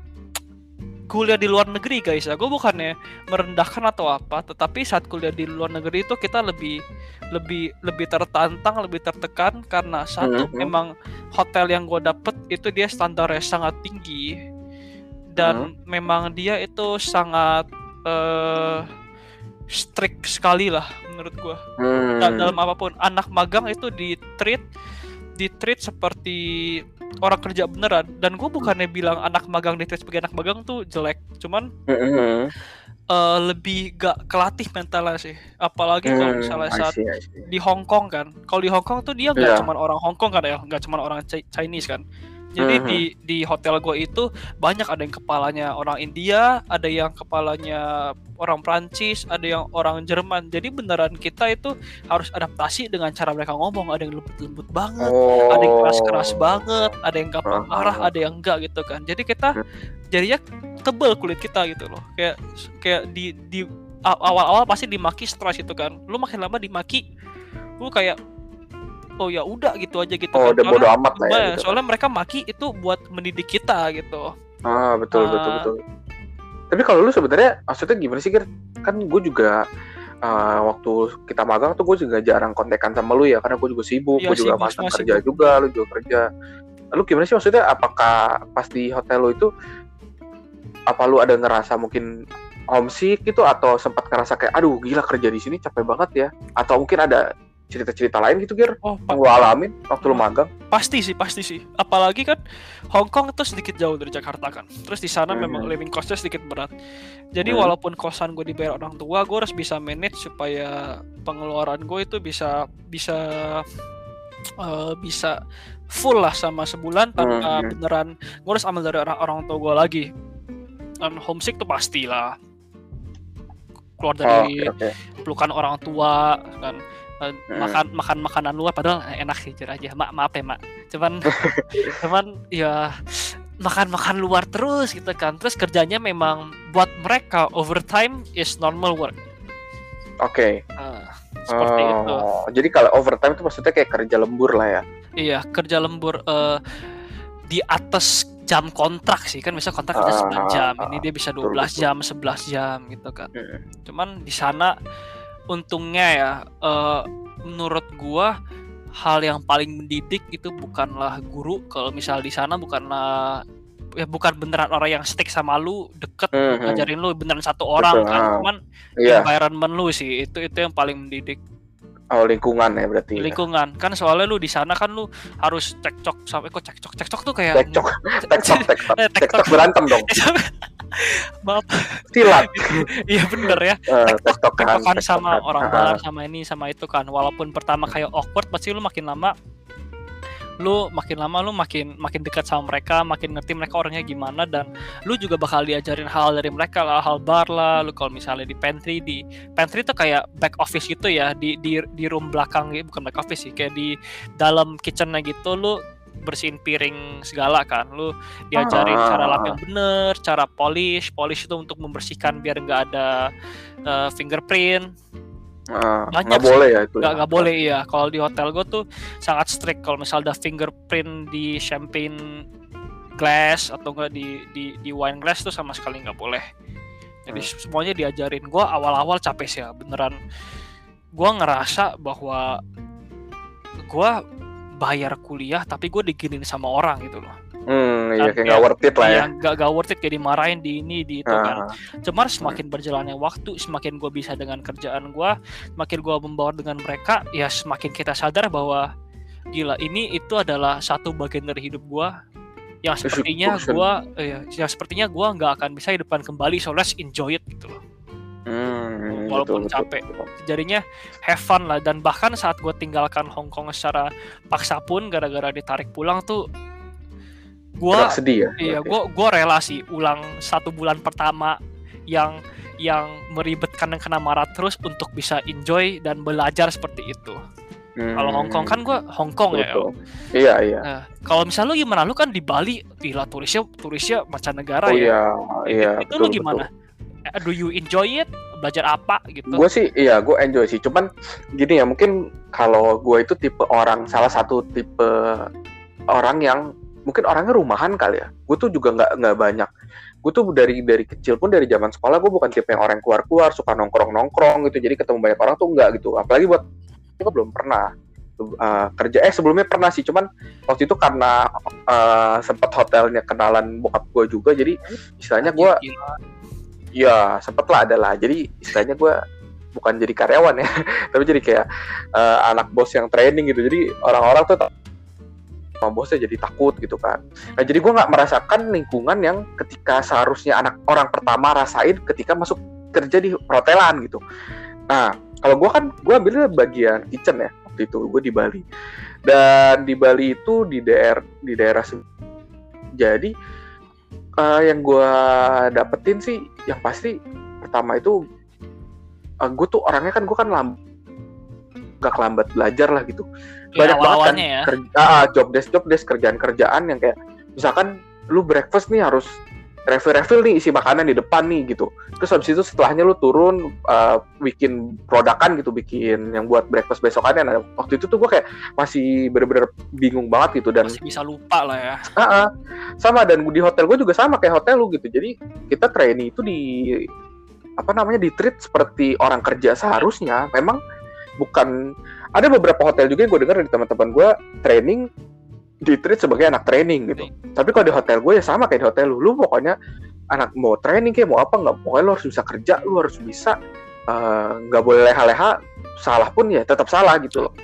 kuliah di luar negeri guys ya, gue bukannya merendahkan atau apa, tetapi saat kuliah di luar negeri itu kita lebih lebih lebih tertantang, lebih tertekan karena satu mm-hmm. memang hotel yang gue dapet itu dia standarnya sangat tinggi dan mm-hmm. memang dia itu sangat uh, strict sekali lah menurut gue. Mm-hmm. Dan dalam apapun anak magang itu di treat di treat seperti orang kerja beneran. Dan gue bukannya bilang anak magang di treat sebagai anak magang tuh jelek, cuman mm-hmm. uh, lebih gak kelatih mentalnya sih. Apalagi mm, kalau misalnya saat I see, I see. di Hong Kong kan, kalau di Hong Kong tuh dia gak yeah. cuma orang Hong Kong kan ya, gak cuma orang Chinese kan. Jadi mm-hmm. di di hotel gue itu banyak, ada yang kepalanya orang India, ada yang kepalanya orang Prancis, ada yang orang Jerman. Jadi beneran kita itu harus adaptasi dengan cara mereka ngomong. Ada yang lembut-lembut banget, oh. ada yang keras-keras banget, ada yang gampang marah, ada yang enggak gitu kan. Jadi kita jadinya tebel kulit kita gitu loh. Kayak kayak di di awal-awal pasti dimaki stres itu kan. Lu makin lama dimaki, lu kayak oh ya udah gitu aja gitu oh, kan. Udah bodo amat lah ya, gitu. Soalnya mereka maki itu buat mendidik kita gitu. Ah betul uh, betul betul. Tapi kalau lu sebenarnya maksudnya gimana sih Ger? Kan gue juga uh, waktu kita magang tuh gue juga jarang kontekan sama lu ya, karena gue juga sibuk, ya, gue juga masa kerja sibuk. juga, lu juga kerja. Lu gimana sih maksudnya? Apakah pas di hotel lu itu apa lu ada ngerasa mungkin homesick gitu, atau sempat ngerasa kayak aduh gila kerja di sini capek banget ya? Atau mungkin ada cerita-cerita lain gitu Ger, oh, yang lu alamin waktu oh, lu magang? Pasti sih, pasti sih. Apalagi kan Hong Kong itu sedikit jauh dari Jakarta kan. Terus di sana hmm. memang living cost-nya sedikit berat. Jadi hmm. walaupun kosan gue dibayar orang tua, gue harus bisa manage supaya pengeluaran gue itu bisa bisa uh, bisa full lah sama sebulan tanpa hmm. beneran gue harus ambil dari orang orang tua gue lagi. Dan homesick tuh pastilah. Keluar dari oh, okay, okay. pelukan orang tua kan. Uh, hmm. makan makan makanan luar padahal enak sih jujur aja mak maaf ya mak cuman cuman ya makan-makan luar terus gitu kan. Terus kerjanya memang buat mereka overtime is normal work. Oke. Okay. Uh, seperti oh, itu. Jadi kalau overtime itu maksudnya kayak kerja lembur lah ya? Iya, kerja lembur uh, di atas jam kontrak sih kan, bisa kontrak kerja sembilan jam. Ini dia bisa dua belas jam, sebelas jam gitu kan. Hmm. Cuman di sana untungnya ya, uh, menurut gua hal yang paling mendidik itu bukanlah guru. Kalau misal di sana bukanlah ya bukan beneran orang yang stick sama lu, deket mm-hmm. ngajarin lu beneran satu orang. Betul, kan, cuman yeah. environment lu sih itu itu yang paling mendidik. Oh, lingkungan ya berarti. Lingkungan ya. Kan soalnya lu di sana kan lu harus cekcok sampai kok cekcok cekcok tuh kayak cekcok cekcok cekcok cekcok berantem dong. Maaf. Silat. Iya bener ya. Uh, Tektok kan sama orang bar sama ini sama itu kan. Walaupun pertama kayak awkward, pasti lu makin lama lu makin lama lu makin makin dekat sama mereka, makin ngerti mereka orangnya gimana, dan lu juga bakal diajarin hal dari mereka lah, hal bar lah. Lu kalau misalnya di pantry, di pantry tuh kayak back office gitu ya, di di di room belakang, bukan back office sih, kayak di dalam kitchennya gitu. Lu bersihin piring segala kan, lu diajarin ah. cara lap yang bener, cara polish polish itu untuk membersihkan biar nggak ada uh, fingerprint. Uh, nggak boleh ya itu. Nggak nggak boleh ya. Kalau di hotel gue tuh sangat strict. Kalau misal ada fingerprint di champagne glass atau enggak di di di wine glass tuh sama sekali nggak boleh. Jadi hmm. semuanya diajarin. Gue awal-awal capek sih ya, beneran. Gue ngerasa bahwa gue bayar kuliah tapi gue diginin sama orang gitu loh. Hmm, iya kayak nggak worth it lah ya. Nggak nggak worth it, kayak dimarahin di ini di itu uh. kan. Cuma semakin berjalannya waktu, semakin gue bisa dengan kerjaan gue, semakin gue membaur dengan mereka, ya semakin kita sadar bahwa gila ini itu adalah satu bagian dari hidup gue yang sepertinya gue, eh, yang sepertinya gue nggak akan bisa hidupkan kembali. So let's enjoy it gitu loh. Hmm, walaupun betul, capek, betul, betul. Jadinya have fun lah. Dan bahkan saat gue tinggalkan Hong Kong secara paksa pun gara-gara ditarik pulang tuh, gua sedih ya. Iya, okay. gua gua rela sih ulang satu bulan pertama yang yang meribetkan dan kena marah terus untuk bisa enjoy dan belajar seperti itu. Hmm. Kalau Hong Kong kan gua Hong Kong betul. ya. Iya, iya. Nah, kalau misalnya lu gimana? Lu kan di Bali, gila turisnya turisnya mancanegara oh, ya. Iya, iya. Itu betul, lu gimana? Betul. Do you enjoy it? Belajar apa gitu? Gue sih, iya, gue enjoy sih. Cuman gini ya, mungkin kalau gue itu tipe orang, salah satu tipe orang yang mungkin orangnya rumahan kali ya. Gue tuh juga nggak nggak banyak. Gue tuh dari dari kecil pun, dari zaman sekolah gue bukan tipe yang orang keluar keluar suka nongkrong nongkrong gitu. Jadi ketemu banyak orang tuh nggak gitu. Apalagi buat gue belum pernah uh, kerja. Eh sebelumnya pernah sih. Cuman waktu itu karena uh, sempat hotelnya kenalan bokap gue juga. Jadi istilahnya gue, ya sempet lah adalah. Jadi istilahnya gue bukan jadi karyawan ya, tapi jadi kayak uh, anak bos yang training gitu. Jadi orang-orang tuh sama bosnya jadi takut gitu kan. Nah jadi gue nggak merasakan lingkungan yang ketika seharusnya anak orang pertama rasain ketika masuk kerja di perhotelan gitu. Nah kalau gue kan gue ambil bagian kitchen ya waktu itu, gue di Bali. Dan di Bali itu di daerah di daerah jadi uh, yang gue dapetin sih yang pasti pertama itu uh, gue tuh orangnya kan gue kan lambat, gak lambat belajar lah gitu. Banyak ya, banget kan ya. kerja, ah, job desk job desk kerjaan-kerjaan yang kayak misalkan lu breakfast nih harus refill-refill nih isi makanan di depan nih gitu. Terus habis itu setelahnya lu turun uh, bikin produkan gitu, bikin yang buat breakfast besokannya. Nah waktu itu tuh gue kayak masih bener-bener bingung banget gitu dan masih bisa lupa lah ya. Uh-uh, sama, dan di hotel gue juga sama kayak hotel lu gitu. Jadi kita training itu di apa namanya di treat seperti orang kerja seharusnya. Memang bukan, ada beberapa hotel juga yang gue dengar dari teman-teman gue training di treat sebagai anak training gitu. Training. Tapi kalau di hotel gue ya sama kayak di hotel lu, lu pokoknya anak mau training kayak mau apa nggak, pokoknya lu harus bisa kerja, lu harus bisa nggak uh, boleh leha-leha, salah pun ya tetap salah gitu loh.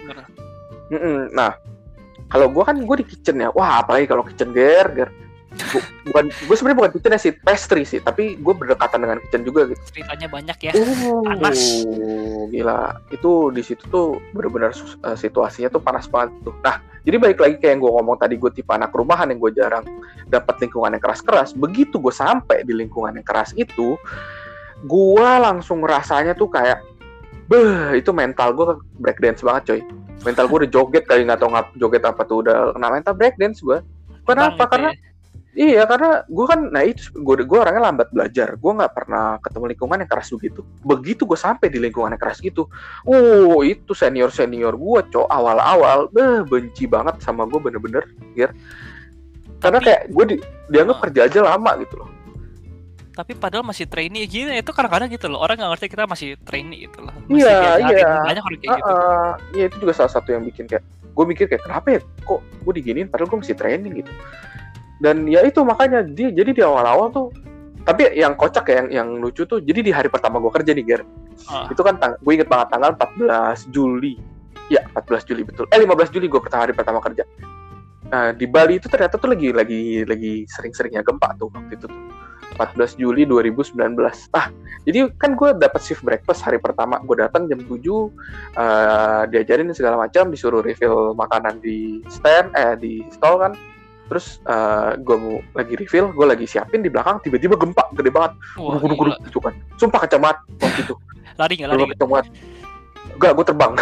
Nah kalau gue kan gue di kitchen ya, wah apalagi kalau kitchen ger ger. Bukan, gue sebenarnya bukan kitchen sih, pastry sih, tapi gue berdekatan dengan kitchen juga gitu. Ceritanya banyak ya, uh, panas. Gila, itu di situ tuh benar-benar uh, situasinya tuh panas banget tuh. Nah, jadi balik lagi kayak yang gue ngomong tadi, gue tipe anak rumahan yang gue jarang dapat lingkungan yang keras-keras. Begitu gue sampai di lingkungan yang keras itu, gue langsung rasanya tuh kayak, beh, itu mental gue breakdance banget coy. Mental gue udah joget kali, nggak tahu ngap joget apa tuh, udah kena mental breakdance gue. Kenapa? Karena ya. Iya, karena gue kan, nah itu gue gue orangnya lambat belajar. Gue nggak pernah ketemu lingkungan yang keras begitu. Begitu gue sampai di lingkungan yang keras gitu, oh itu senior senior gue, cowok awal-awal, beh, benci banget sama gue bener-bener, ya. Karena Tapi- kayak gue di, dianggap Ah. kerja aja lama gitu loh. Tapi padahal masih trainee gini, itu kadang-kadang gitu loh. Orang nggak ngerti kita masih trainee gitu loh. Iya, Masih diajarin. iya. Banyak orang kayak gitu. Uh-uh. Iya, itu juga salah satu yang bikin kayak gue mikir kayak kenapa ya kok gue diginiin padahal gue masih training gitu. Dan ya itu makanya dia jadi di awal-awal tuh, tapi yang kocak ya, yang yang lucu tuh, jadi di hari pertama gue kerja nih Ger, Ah. itu kan tang- gue inget banget tanggal empat belas Juli, ya empat belas Juli betul, eh lima belas Juli gue pertama hari pertama kerja. Nah, di Bali itu ternyata tuh lagi lagi lagi sering-seringnya gempa tuh waktu itu tuh. empat belas Juli dua ribu sembilan belas. Ah, jadi kan gue dapat shift breakfast hari pertama. Gue datang jam tujuh, uh, diajarin segala macam, disuruh refill makanan di stand, eh di stall kan. Terus uh, gue mau lagi refill, gue lagi siapin di belakang, tiba-tiba gempa gede banget. Wah, Guduk-guduk gitu kan. Sumpah kencang banget waktu itu. lari nggak lari Sumpah nggak? kencang banget. Enggak, gue terbang.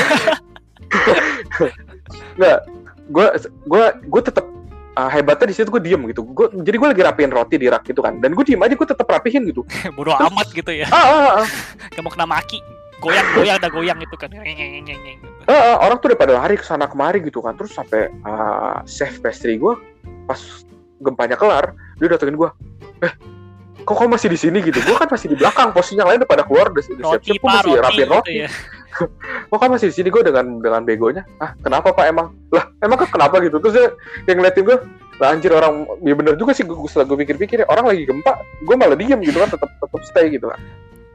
Enggak, gue gue gue tetap uh, hebatnya di situ gue diem gitu. Gue jadi gue lagi rapiin roti di rak gitu kan, dan gue diem aja, gue tetap rapihin gitu. Bodoh amat gitu ya. Ah, ah, ah. Gak mau kena maki. Goyang-goyang ada goyang itu kan. Ngeng-ngeng-ngeng gitu. Ah, ah, orang tuh udah pada lari ke sana kemari gitu kan. Terus sampai uh, chef pastry gue pas gempanya kelar, dia datengin gue, eh kok kamu masih di sini gitu? Gue kan masih di belakang, posisinya lain udah pada keluar, udah udah Roti siap-siap, gue pak, masih roti rapiin gitu roti. ya. Kok kamu masih di sini? Gue dengan dengan begonya, ah kenapa pak emang? Lah emang kan kenapa gitu? Terus dia yang ngeliatin gue, lah anjir orang, ya bener juga sih, gue setelah gue pikir-pikir, orang lagi gempa, gue malah diem gitu kan, tetap tetap stay gitu kan.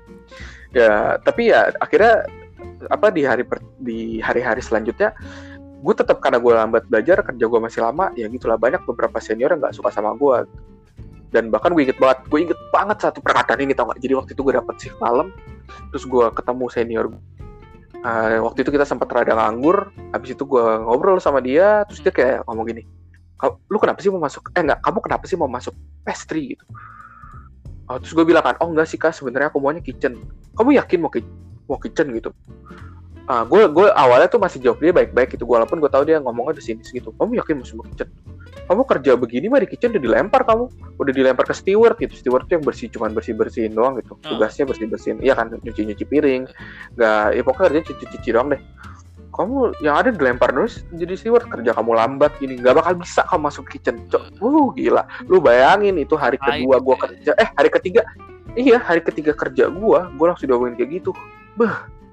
Ya tapi ya akhirnya apa di hari per, di hari-hari selanjutnya, gue tetap karena gue lambat belajar, kerja gue masih lama, ya gitulah, banyak beberapa senior yang nggak suka sama gue. Dan bahkan gue inget banget, gue inget banget satu perkataan ini, tau gak? Jadi waktu itu gue dapet shift malam, terus gue ketemu senior. Uh, waktu itu kita sempat rada nganggur, habis itu gue ngobrol sama dia, terus dia kayak ngomong gini, lu kenapa sih mau masuk, eh enggak, kamu kenapa sih mau masuk pastry gitu? Oh, terus gue bilang kan, oh enggak sih kak, sebenarnya aku maunya kitchen. Kamu yakin mau, ki- mau kitchen gitu? Uh, gue gue awalnya tuh masih jawab dia baik-baik gitu, walaupun gue tahu dia ngomongnya di sini segitu. Kamu yakin mau kitchen? Kamu kerja begini mah di kitchen udah dilempar kamu, udah dilempar ke steward gitu. Steward tuh yang bersih, cuman bersih bersihin doang gitu. Tugasnya bersih bersihin, iya kan, nyuci nyuci piring, nggak, ya pokoknya kerja cuci cuci doang deh. Kamu yang ada dilempar terus jadi steward, kerja kamu lambat gini, nggak bakal bisa kamu masuk kitchen. Cok, uh gila, lu bayangin itu hari kedua gue kerja, eh hari ketiga, iya hari ketiga kerja gue, gue langsung diomongin kayak gitu, beh.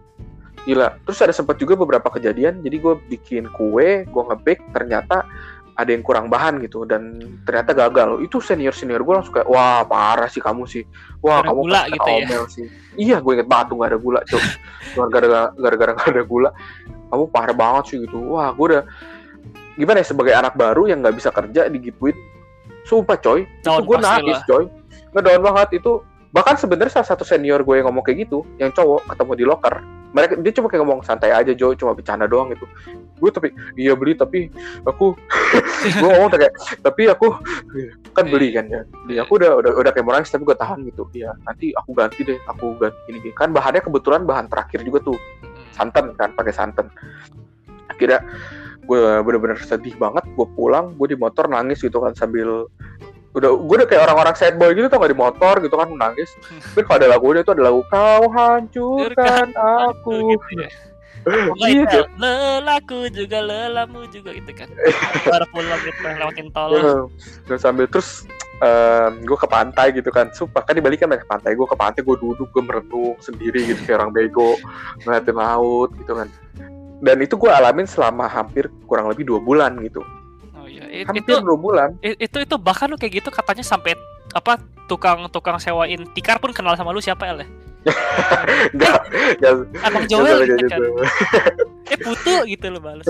Gila, terus ada sempat juga beberapa kejadian, jadi gue bikin kue, gue nge-bake, ternyata ada yang kurang bahan gitu, dan ternyata gagal. Itu senior-senior gue langsung kayak, wah parah sih kamu sih, wah ada kamu gula gitu omel ya? Sih. Iya, gue inget banget tuh gak ada gula, cok. Gara-gara gara-gara gak ada gula, kamu parah banget sih gitu. Wah, gue udah gimana ya, sebagai anak baru yang nggak bisa kerja digituin, sumpah coy, down, itu gue nangis coy, ngedown banget itu. Bahkan sebenarnya salah satu senior gue yang ngomong kayak gitu, yang cowok, ketemu di locker, mereka dia cuma kayak ngomong santai aja, Jo, cuma bercanda doang gitu. Gue tapi iya beli, tapi aku gue ngomong kayak tapi aku kan beli kan ya, beli aku udah udah udah kayak nangis, tapi gue tahan gitu. Iya nanti aku ganti deh, aku ganti ini, gini kan bahannya kebetulan bahan terakhir juga tuh, santan kan, pakai santan. Akhirnya gue bener-bener sedih banget, gue pulang, gue di motor nangis gitu kan, sambil udah gue udah kayak orang-orang sad boy gitu tau gak, di motor gitu kan nangis. Tapi kalau ada lagunya itu ada lagu kau hancurkan aku gitu ya. Enggak iya, itu lelaku juga lelamu juga gitu kan. Baru pulang gitu lewatin tol. Terus sambil terus um, gue ke pantai gitu kan. Sumpah kan di Bali kan banyak pantai. Gue ke pantai, gue duduk, gue merenung sendiri gitu kayak orang bego, ngeliatin laut gitu kan. Dan itu gue alamin selama hampir kurang lebih dua bulan gitu. It, hampir itu, dua bulan. It, itu itu bahkan lu kayak gitu katanya sampai apa tukang-tukang sewain tikar pun kenal sama lu siapa El ya? Enggak, enggak. Abang Joel gitu kan. Eh putu gitu lo balas.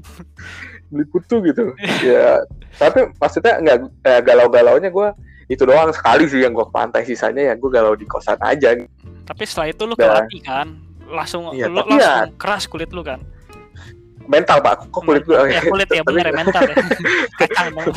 Beli putu gitu. Ya, tapi maksudnya enggak eh, galau-galaunya gue itu doang sekali sih yang gue ke pantai, sisanya ya gue galau di kosan aja. Tapi setelah itu lu kelatih kan? Langsung iya, lu langsung ya, keras kulit lu kan? Mental pak, kok kulit gue ya kulit ya bener ya, mental ya. Kacang banget.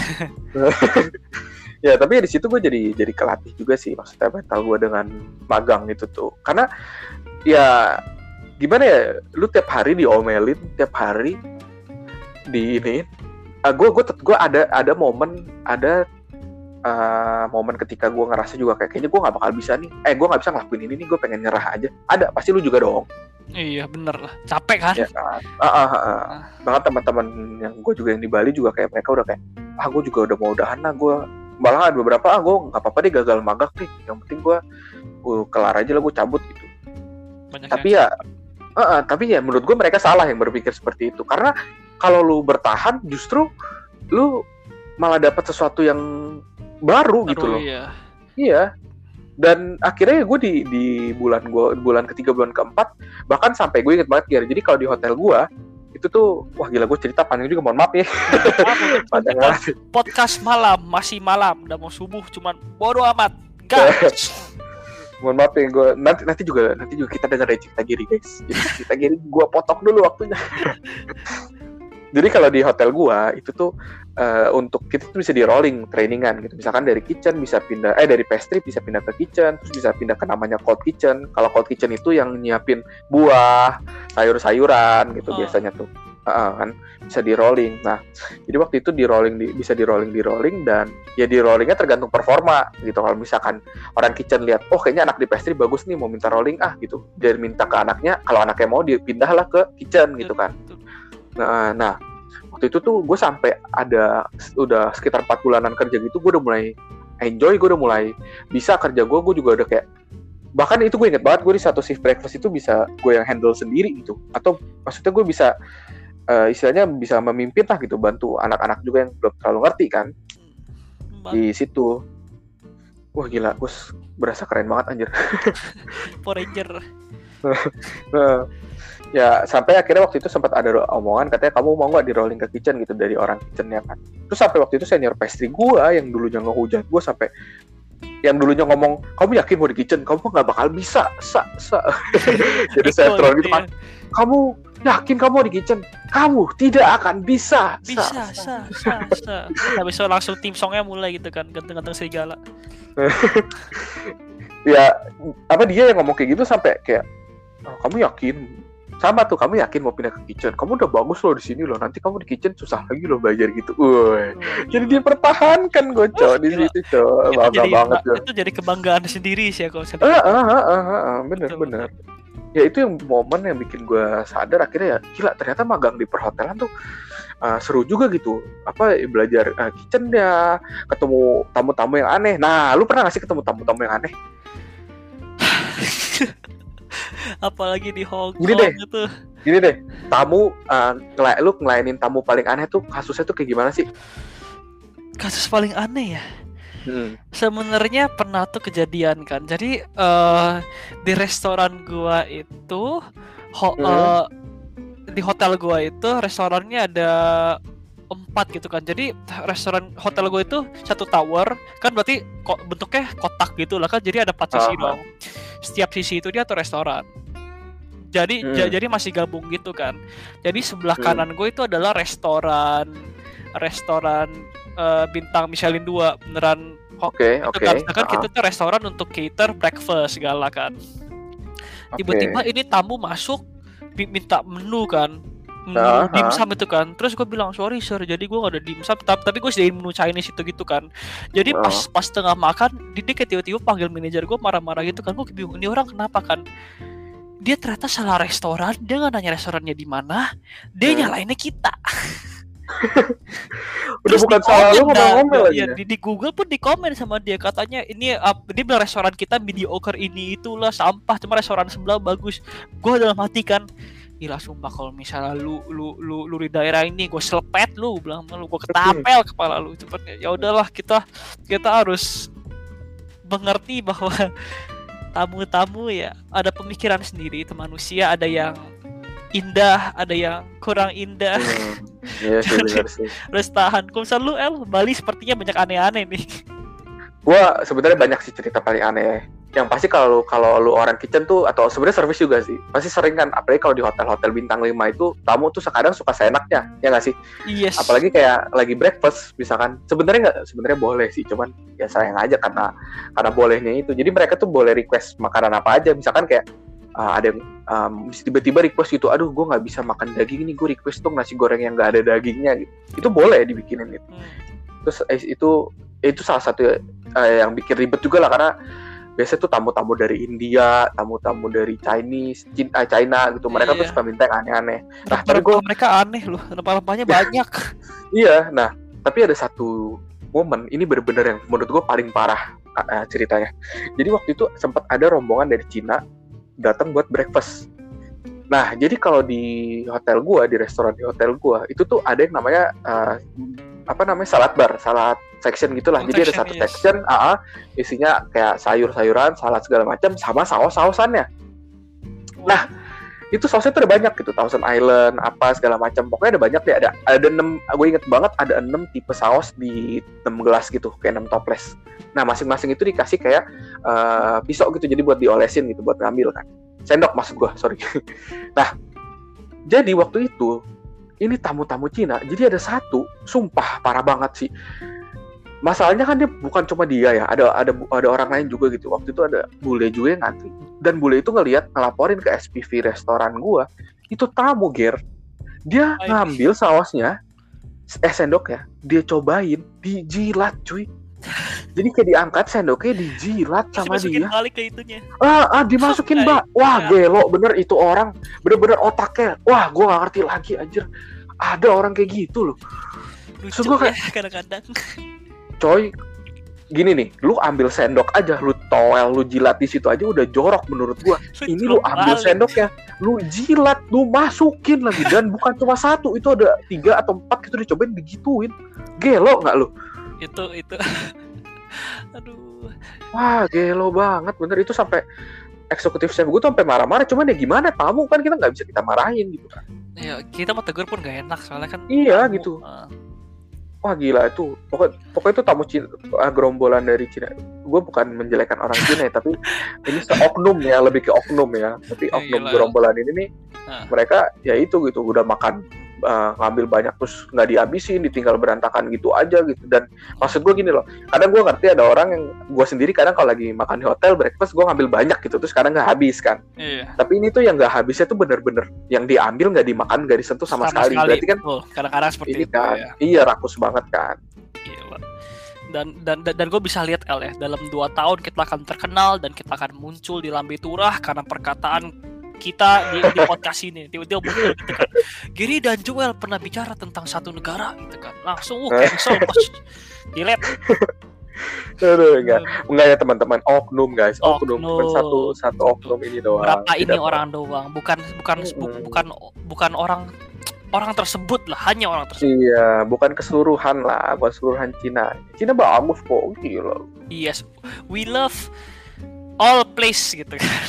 Ya tapi di situ gue jadi jadi kelatih juga sih, maksudnya mental gue dengan magang itu tuh, karena ya gimana ya, lu tiap hari diomelin, tiap hari di ini, uh, gue gue gue ada ada momen, ada uh, momen ketika gue ngerasa juga kayak kayaknya gue nggak bakal bisa nih, eh gue nggak bisa ngelakuin ini nih, gue pengen nyerah aja. Ada, pasti lu juga dong. Iya bener lah, capek kan? Ya kan. Uh, uh, uh, uh. Bahkan teman-teman yang gue juga yang di Bali juga kayak mereka udah kayak, ah gue juga udah mau udahan lah, gue malah ada beberapa ah gue nggak apa-apa deh gagal magak nih, yang penting gue uh, kelar aja lah, gue cabut gitu. Banyak tapi yang... ya, uh, uh, tapi ya menurut gue mereka salah yang berpikir seperti itu, karena kalau lu bertahan justru lu malah dapat sesuatu yang baru, baru gitu loh. Iya. Iya. Dan akhirnya gue di di bulan gue bulan ketiga bulan keempat bahkan sampai gue inget banget ya. Jadi kalau di hotel gue itu tuh wah gila, gue cerita panjang juga, mohon maaf ya. Podcast malam, masih malam, udah mau subuh, cuman bodo amat. Guys. Mohon maaf ya, gue nanti nanti juga nanti juga kita dengar dari cerita Giri guys. Jadi cerita Giri gue potong dulu waktunya. Jadi kalau di hotel gua itu tuh uh, untuk kita tuh bisa di rolling trainingan gitu. Misalkan dari kitchen bisa pindah, eh dari pastry bisa pindah ke kitchen, terus bisa pindah ke namanya cold kitchen. Kalau cold kitchen itu yang nyiapin buah, sayur-sayuran gitu oh. biasanya tuh, uh, kan bisa di rolling. Nah, jadi waktu itu di rolling di, bisa di rolling di rolling dan ya di rollingnya tergantung performa gitu. Kalau misalkan orang kitchen lihat, oh kayaknya anak di pastry bagus nih, mau minta rolling ah gitu, dia minta ke anaknya. Kalau anaknya mau dia pindahlah ke kitchen gitu kan. Nah, nah, waktu itu tuh gue sampai ada udah sekitar empat bulanan kerja gitu, gue udah mulai enjoy, gue udah mulai bisa kerja gue, gue juga udah kayak, bahkan itu gue inget banget, gue di satu shift breakfast itu bisa gue yang handle sendiri gitu, atau maksudnya gue bisa uh, istilahnya bisa memimpin lah gitu, bantu anak-anak juga yang belum terlalu ngerti kan Bang. Di situ. Wah gila, gue berasa keren banget anjir. Power Ranger. Nah, ya sampai akhirnya waktu itu sempat ada omongan katanya kamu mau nggak di rolling ke kitchen gitu dari orang kitchennya kan. Terus sampai waktu itu senior pastry gue yang dulunya ngehujat gue, sampai yang dulunya ngomong kamu yakin mau di kitchen, kamu nggak bakal bisa sa sa. Jadi saya troll gitu kan, kamu yakin kamu mau di kitchen, kamu tidak akan bisa bisa sa sa sa, sa. Habis itu langsung tim songnya mulai gitu kan, ganteng-ganteng serigala. Ya apa dia yang ngomong kayak gitu sampai kayak, oh, kamu yakin sama tuh, kamu yakin mau pindah ke kitchen, kamu udah bagus loh di sini loh, nanti kamu di kitchen susah lagi loh belajar gitu. Woi, jadi dia pertahankan gue cowok di situ cowok, bangga banget ya. Itu jadi kebanggaan sendiri sih ya kalau saya. Ah ah ah ah, bener bener. Ya itu yang momen yang bikin gue sadar akhirnya ya, gila ternyata magang di perhotelan tuh uh, seru juga gitu. Apa belajar uh, kitchennya, ketemu tamu-tamu yang aneh. Nah, lu pernah gak sih ketemu tamu-tamu yang aneh? Apalagi di Hong Kong gini deh, gitu. Gini deh, tamu uh, ngel- lu ngelayanin tamu paling aneh tuh kasusnya tuh kayak gimana sih? Kasus paling aneh ya? Hmm. Sebenarnya pernah tuh kejadian kan. Jadi uh, di restoran gua itu ho- hmm. uh, di hotel gua itu restorannya ada empat gitu kan. Jadi restoran hotel gua itu satu tower kan, berarti kok bentuknya kotak gitu lah kan. Jadi ada empat sisi uh-huh. dong. Setiap sisi itu dia tuh restoran. Jadi hmm. j- jadi masih gabung gitu kan. Jadi sebelah hmm. kanan gue itu adalah restoran restoran uh, bintang Michelin dua beneran. Oke, oke. Okay, okay. Kan uh-huh. kita tuh restoran untuk cater breakfast segala kan. Tiba-tiba okay. ini tamu masuk minta menu kan. Menu uh-huh. dimsum itu kan. Terus gue bilang, "Sorry sir, jadi gue gak ada dimsum, tapi, tapi gue sediain menu Chinese itu gitu kan." Jadi uh-huh. pas pas tengah makan, dia kayak tiba-tiba panggil manajer gue marah-marah gitu kan. Gue bingung, ini orang kenapa kan? Dia ternyata salah restoran, dia gak nanya restorannya di mana, dia hmm. nyalainnya kita. Udah bukan salah lu, ngomel-ngomel aja. Ya, di, di Google pun di komen sama dia, katanya ini uh, dia bilang restoran kita mediocre ini itulah sampah, cuma restoran sebelah bagus. Gue dalam hati kan, gila sumpah kalau misalnya lu lu lu lu di daerah ini gue selepet lu, bilang lu gue ketapel kepala lu. Cepet ya udahlah, kita kita harus mengerti bahwa tamu-tamu ya ada pemikiran sendiri, itu manusia, ada yang indah, ada yang kurang indah. Hmm, iya sih, benar sih. Terus tahan. Kalau misal lu El, Bali sepertinya banyak aneh-aneh nih. Gua sebenarnya banyak sih cerita paling aneh. Yang pasti kalau kalau lu orang kitchen tuh, atau sebenarnya service juga sih, pasti sering kan, apalagi kalau di hotel-hotel bintang lima itu tamu tuh sekadang suka seenaknya, ya nggak sih? Yes. Apalagi kayak lagi breakfast misalkan, sebenarnya nggak, sebenarnya boleh sih, cuman ya sayang aja karena karena bolehnya itu. Jadi mereka tuh boleh request makanan apa aja, misalkan kayak uh, ada yang um, tiba-tiba request gitu, aduh gue nggak bisa makan daging ini, gue request tuh nasi goreng yang nggak ada dagingnya gitu, itu boleh dibikinin gitu. Hmm. Terus itu itu salah satu uh, yang bikin ribet juga lah, karena biasanya tuh tamu-tamu dari India, tamu-tamu dari Chinese, China, China gitu. Mereka Iya. tuh suka minta yang aneh-aneh. Nah, Rempah tapi gue mereka aneh loh, rempah-rempahnya banyak. iya, nah tapi ada satu momen ini benar-benar yang menurut gue paling parah uh, ceritanya. Jadi waktu itu sempat ada rombongan dari Cina datang buat breakfast. Nah, jadi kalau di hotel gue, di restoran di hotel gue, itu tuh ada yang namanya uh, apa namanya salad bar, salad section gitulah. Oh, jadi ada section, satu yes. section, uh, isinya kayak sayur-sayuran, salad segala macam, sama saus-sausannya. Nah, itu sausnya tuh ada banyak gitu, Thousand Island, apa segala macam. Pokoknya ada banyak deh, ada ada enam, gue inget banget ada enam tipe saus di enam gelas gitu, kayak enam toples. Nah, masing-masing itu dikasih kayak uh, pisau gitu, jadi buat diolesin gitu, buat ngambil kan. Sendok maksud gue, sorry. Nah, jadi waktu itu ini tamu-tamu Cina, jadi ada satu, sumpah parah banget sih. Masalahnya kan dia bukan cuma dia ya, ada ada ada orang lain juga gitu. Waktu itu ada bule juga yang ngantri, dan bule itu ngelihat ngelaporin ke S P V restoran gua, itu tamu Ger, dia Ay. ngambil sausnya, eh sendoknya, dia cobain, dijilat cuy. Jadi kayak diangkat sendoknya, dijilat sama Masukin dia. balik ke itunya. Ah, ah dimasukin mbak, wah gelo bener itu orang, bener-bener otaknya, wah gua nggak ngerti lagi anjir, ada orang kayak gitu loh. Lucu So, ya kayak, kadang-kadang. coy, gini nih, lu ambil sendok aja, lu toel, lu jilat di situ aja udah jorok menurut gua. Ini lu ambil balik. sendoknya, lu jilat, lu masukin lagi, dan bukan cuma satu, itu ada tiga atau empat gitu dicobain digituin. Gelo nggak lu? Itu itu. Aduh. Wah, gelo banget bener, itu sampai eksekutif chef gue tuh sampai marah-marah. Cuman ya gimana, tamu kan kita nggak bisa kita marahin gitu kan. Ya, kita mau tegur pun gak enak soalnya kan. Iya tamu, gitu. Uh. Wah gila itu, pokoknya, pokoknya itu tamu Cina, gerombolan dari Cina. Gue bukan menjelekan orang Cina ya, tapi ini seoknum ya, lebih ke oknum ya. Tapi oknum Gila. gerombolan ini nih, Nah. mereka ya itu gitu, udah makan, uh, ngambil banyak terus nggak dihabisin, ditinggal berantakan gitu aja gitu. Dan maksud gue gini loh, kadang gue ngerti ada orang yang, gue sendiri kadang kalau lagi makan di hotel breakfast gue ngambil banyak gitu, terus kadang nggak habis kan. Iya. Tapi ini tuh yang nggak habisnya tuh bener-bener yang diambil nggak dimakan, nggak disentuh sama, Sama sekali. sekali. Berarti kan Betul. Kadang-kadang seperti ini itu kan, ya. iya rakus banget kan. Gila. Dan dan dan, dan gue bisa lihat El ya, dalam dua tahun kita akan terkenal dan kita akan muncul di lambe turah karena perkataan kita di, di podcast ini. Tiba-tiba muncul gitu kan, Giri dan Joel pernah bicara tentang satu negara gitu kan, langsung uh, cancel bos, delete. Aduh, enggak, enggak ya teman-teman, oknum guys, oknum, Oknum. bukan satu satu oknum ini doang. Berapa ini Tidak orang doang, bukan bukan bu, Mm-mm. bukan bukan orang orang tersebut lah, hanya orang tersebut. Iya, bukan keseluruhan lah, bukan keseluruhan Cina. Cina bagus kok, gila. Yes, we love all place gitu kan.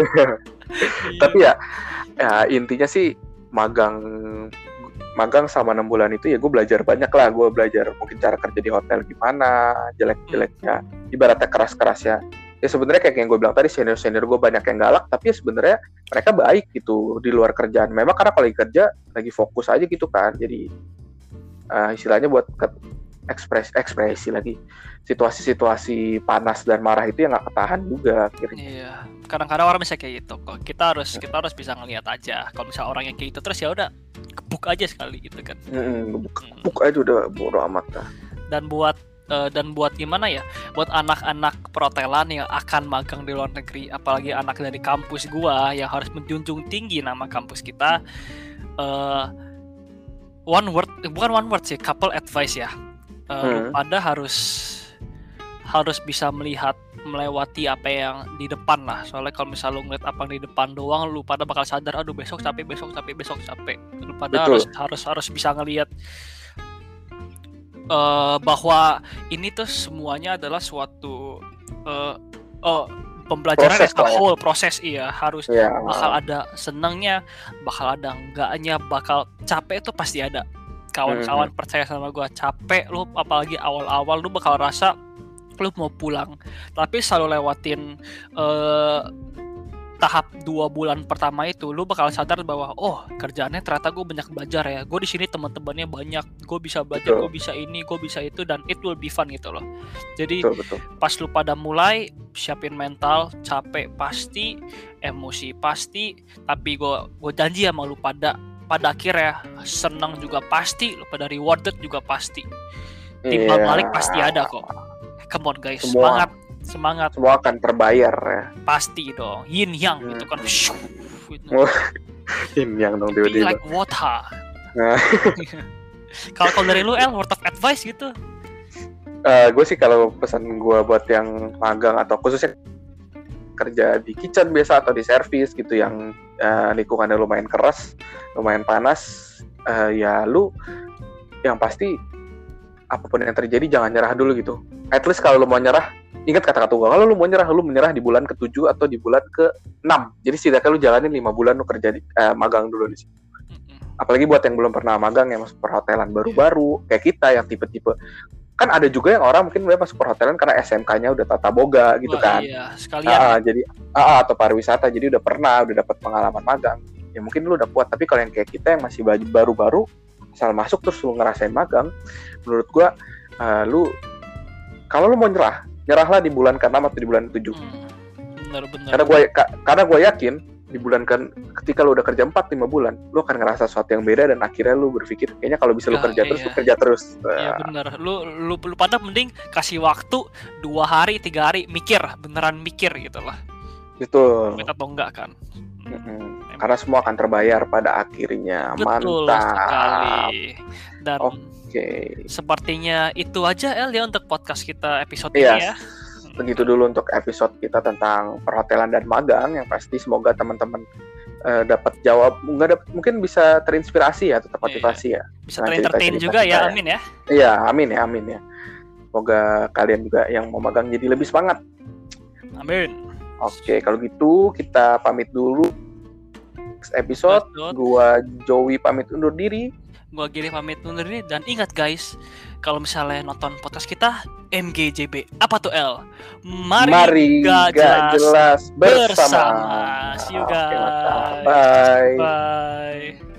Tapi ya, ya intinya sih magang magang sama enam bulan itu ya gue belajar banyak lah. Gue belajar mungkin cara kerja di hotel gimana, jelek-jeleknya, ibaratnya keras-kerasnya. Ya sebenarnya kayak yang gue bilang tadi, senior-senior gue banyak yang galak, tapi ya sebenarnya mereka baik gitu di luar kerjaan. Memang karena kalau lagi kerja lagi fokus aja gitu kan. Jadi uh, istilahnya buat ekspresi ekspresi lagi, situasi-situasi panas dan marah itu yang nggak ketahan juga akhirnya. Iya, kadang-kadang orang bisa kayak gitu kok. Kita harus kita harus bisa ngelihat aja. Kalau misalnya orang yang kayak gitu terus ya udah kebuk aja sekali gitu kan. Mm-mm, gebuk aja udah bodo amat lah. Dan buat uh, dan buat gimana ya? Buat anak-anak perhotelan yang akan magang di luar negeri, apalagi anak dari kampus gua yang harus menjunjung tinggi nama kampus kita. Uh, one word, bukan one word sih, couple advice ya. Uh, Hmm. Lu pada harus harus bisa melihat melewati apa yang di depan lah. Soalnya kalau misalnya lu ngeliat apa yang di depan doang, lu pada bakal sadar, aduh besok capek, besok capek, besok capek. Lu pada Betul. harus harus harus bisa ngelihat uh, bahwa ini tuh semuanya adalah suatu uh, oh, pembelajaran Proses as a lah ya. whole, proses iya, harus Ya. bakal ada senangnya, bakal ada enggaknya, bakal capek itu pasti ada. Kawan-kawan percaya sama gue, capek lu apalagi awal-awal lu bakal rasa lu mau pulang, tapi selalu lewatin uh, tahap dua bulan pertama itu lu bakal sadar bahwa oh kerjaannya ternyata gue banyak belajar ya, gue di sini teman-temannya banyak, gue bisa belajar, Betul. gue bisa ini, gue bisa itu, dan it will be fun gitu loh. Jadi Betul, betul. pas lu pada mulai siapin mental, capek pasti, emosi pasti, tapi gue gue janji sama lu pada pada akhirnya senang juga pasti, lu pada rewarded juga pasti. Timbal Iya. balik pasti ada kok. Come on guys, Semua. semangat, semangat. Semua akan terbayar ya. Pasti dong. Yin yang Hmm. itu kan. Shoo, gitu. Wah, Ini yang dong Be tiba-tiba. like water. Nah. Kalau kalau dari lu El, word of advice gitu. gue sih kalau pesan gue buat yang magang atau khususnya kerja di kitchen biasa atau di service gitu yang uh, lingkungannya lumayan keras, lumayan panas, uh, ya lu yang pasti apapun yang terjadi jangan nyerah dulu gitu. At least kalau lu mau nyerah, ingat kata-kata gue, kalau lu mau nyerah, lu menyerah di bulan ketujuh atau di bulan ke enam. Jadi setidaknya lu jalanin lima bulan lu kerja di, uh, magang dulu di situ. Apalagi buat yang belum pernah magang yang masuk perhotelan baru-baru kayak kita yang tipe-tipe, kan ada juga yang orang mungkin udah masuk perhotelan karena S M K-nya udah tata boga gitu. Wah, kan. Iya, sekalian. Ah, jadi ah, atau pariwisata, jadi udah pernah, udah dapat pengalaman magang. Ya mungkin lu udah kuat, tapi kalau yang kayak kita yang masih baru-baru, asal masuk terus lu ngerasain magang, menurut gua uh, lu kalau lu mau nyerah, nyerahlah di bulan ke enam atau di bulan ke tujuh. Hmm, bener-bener. Karena gua ka- karena gua yakin di bulan kan ketika lu udah kerja empat lima bulan, lu akan ngerasa sesuatu yang beda dan akhirnya lu berpikir kayaknya kalau bisa lu Ya, kerja terus, iya. lu kerja terus. Iya bener. Lu lu lu pada mending kasih waktu dua hari tiga hari mikir, beneran mikir gitu lah. Gitu. Kita atau enggak kan? Mm-mm. Karena semua akan terbayar pada akhirnya. Betul Mantap. sekali. Dan Oke. sepertinya itu aja El ya untuk podcast kita episode Iya. ini ya. Begitu dulu untuk episode kita tentang perhotelan dan magang. Yang pasti semoga teman-teman uh, dapat jawab, nggak dapat, mungkin bisa terinspirasi ya, tetap motivasi ya. Bisa Dengan terentertain cerita-cerita juga kita ya, ya. amin ya. Iya, amin ya, amin ya. Semoga kalian juga yang mau magang jadi lebih semangat. Amin. Oke, kalau gitu kita pamit dulu. Next episode, Episode. gua Joey pamit undur diri. Gua Giri pamit undur diri dan ingat guys, kalau misalnya nonton podcast kita M G J B apa tuh El? Mari, Mari gak gak jelas jelas bersama. bersama. See you Oke, mantap. guys. Bye. Bye.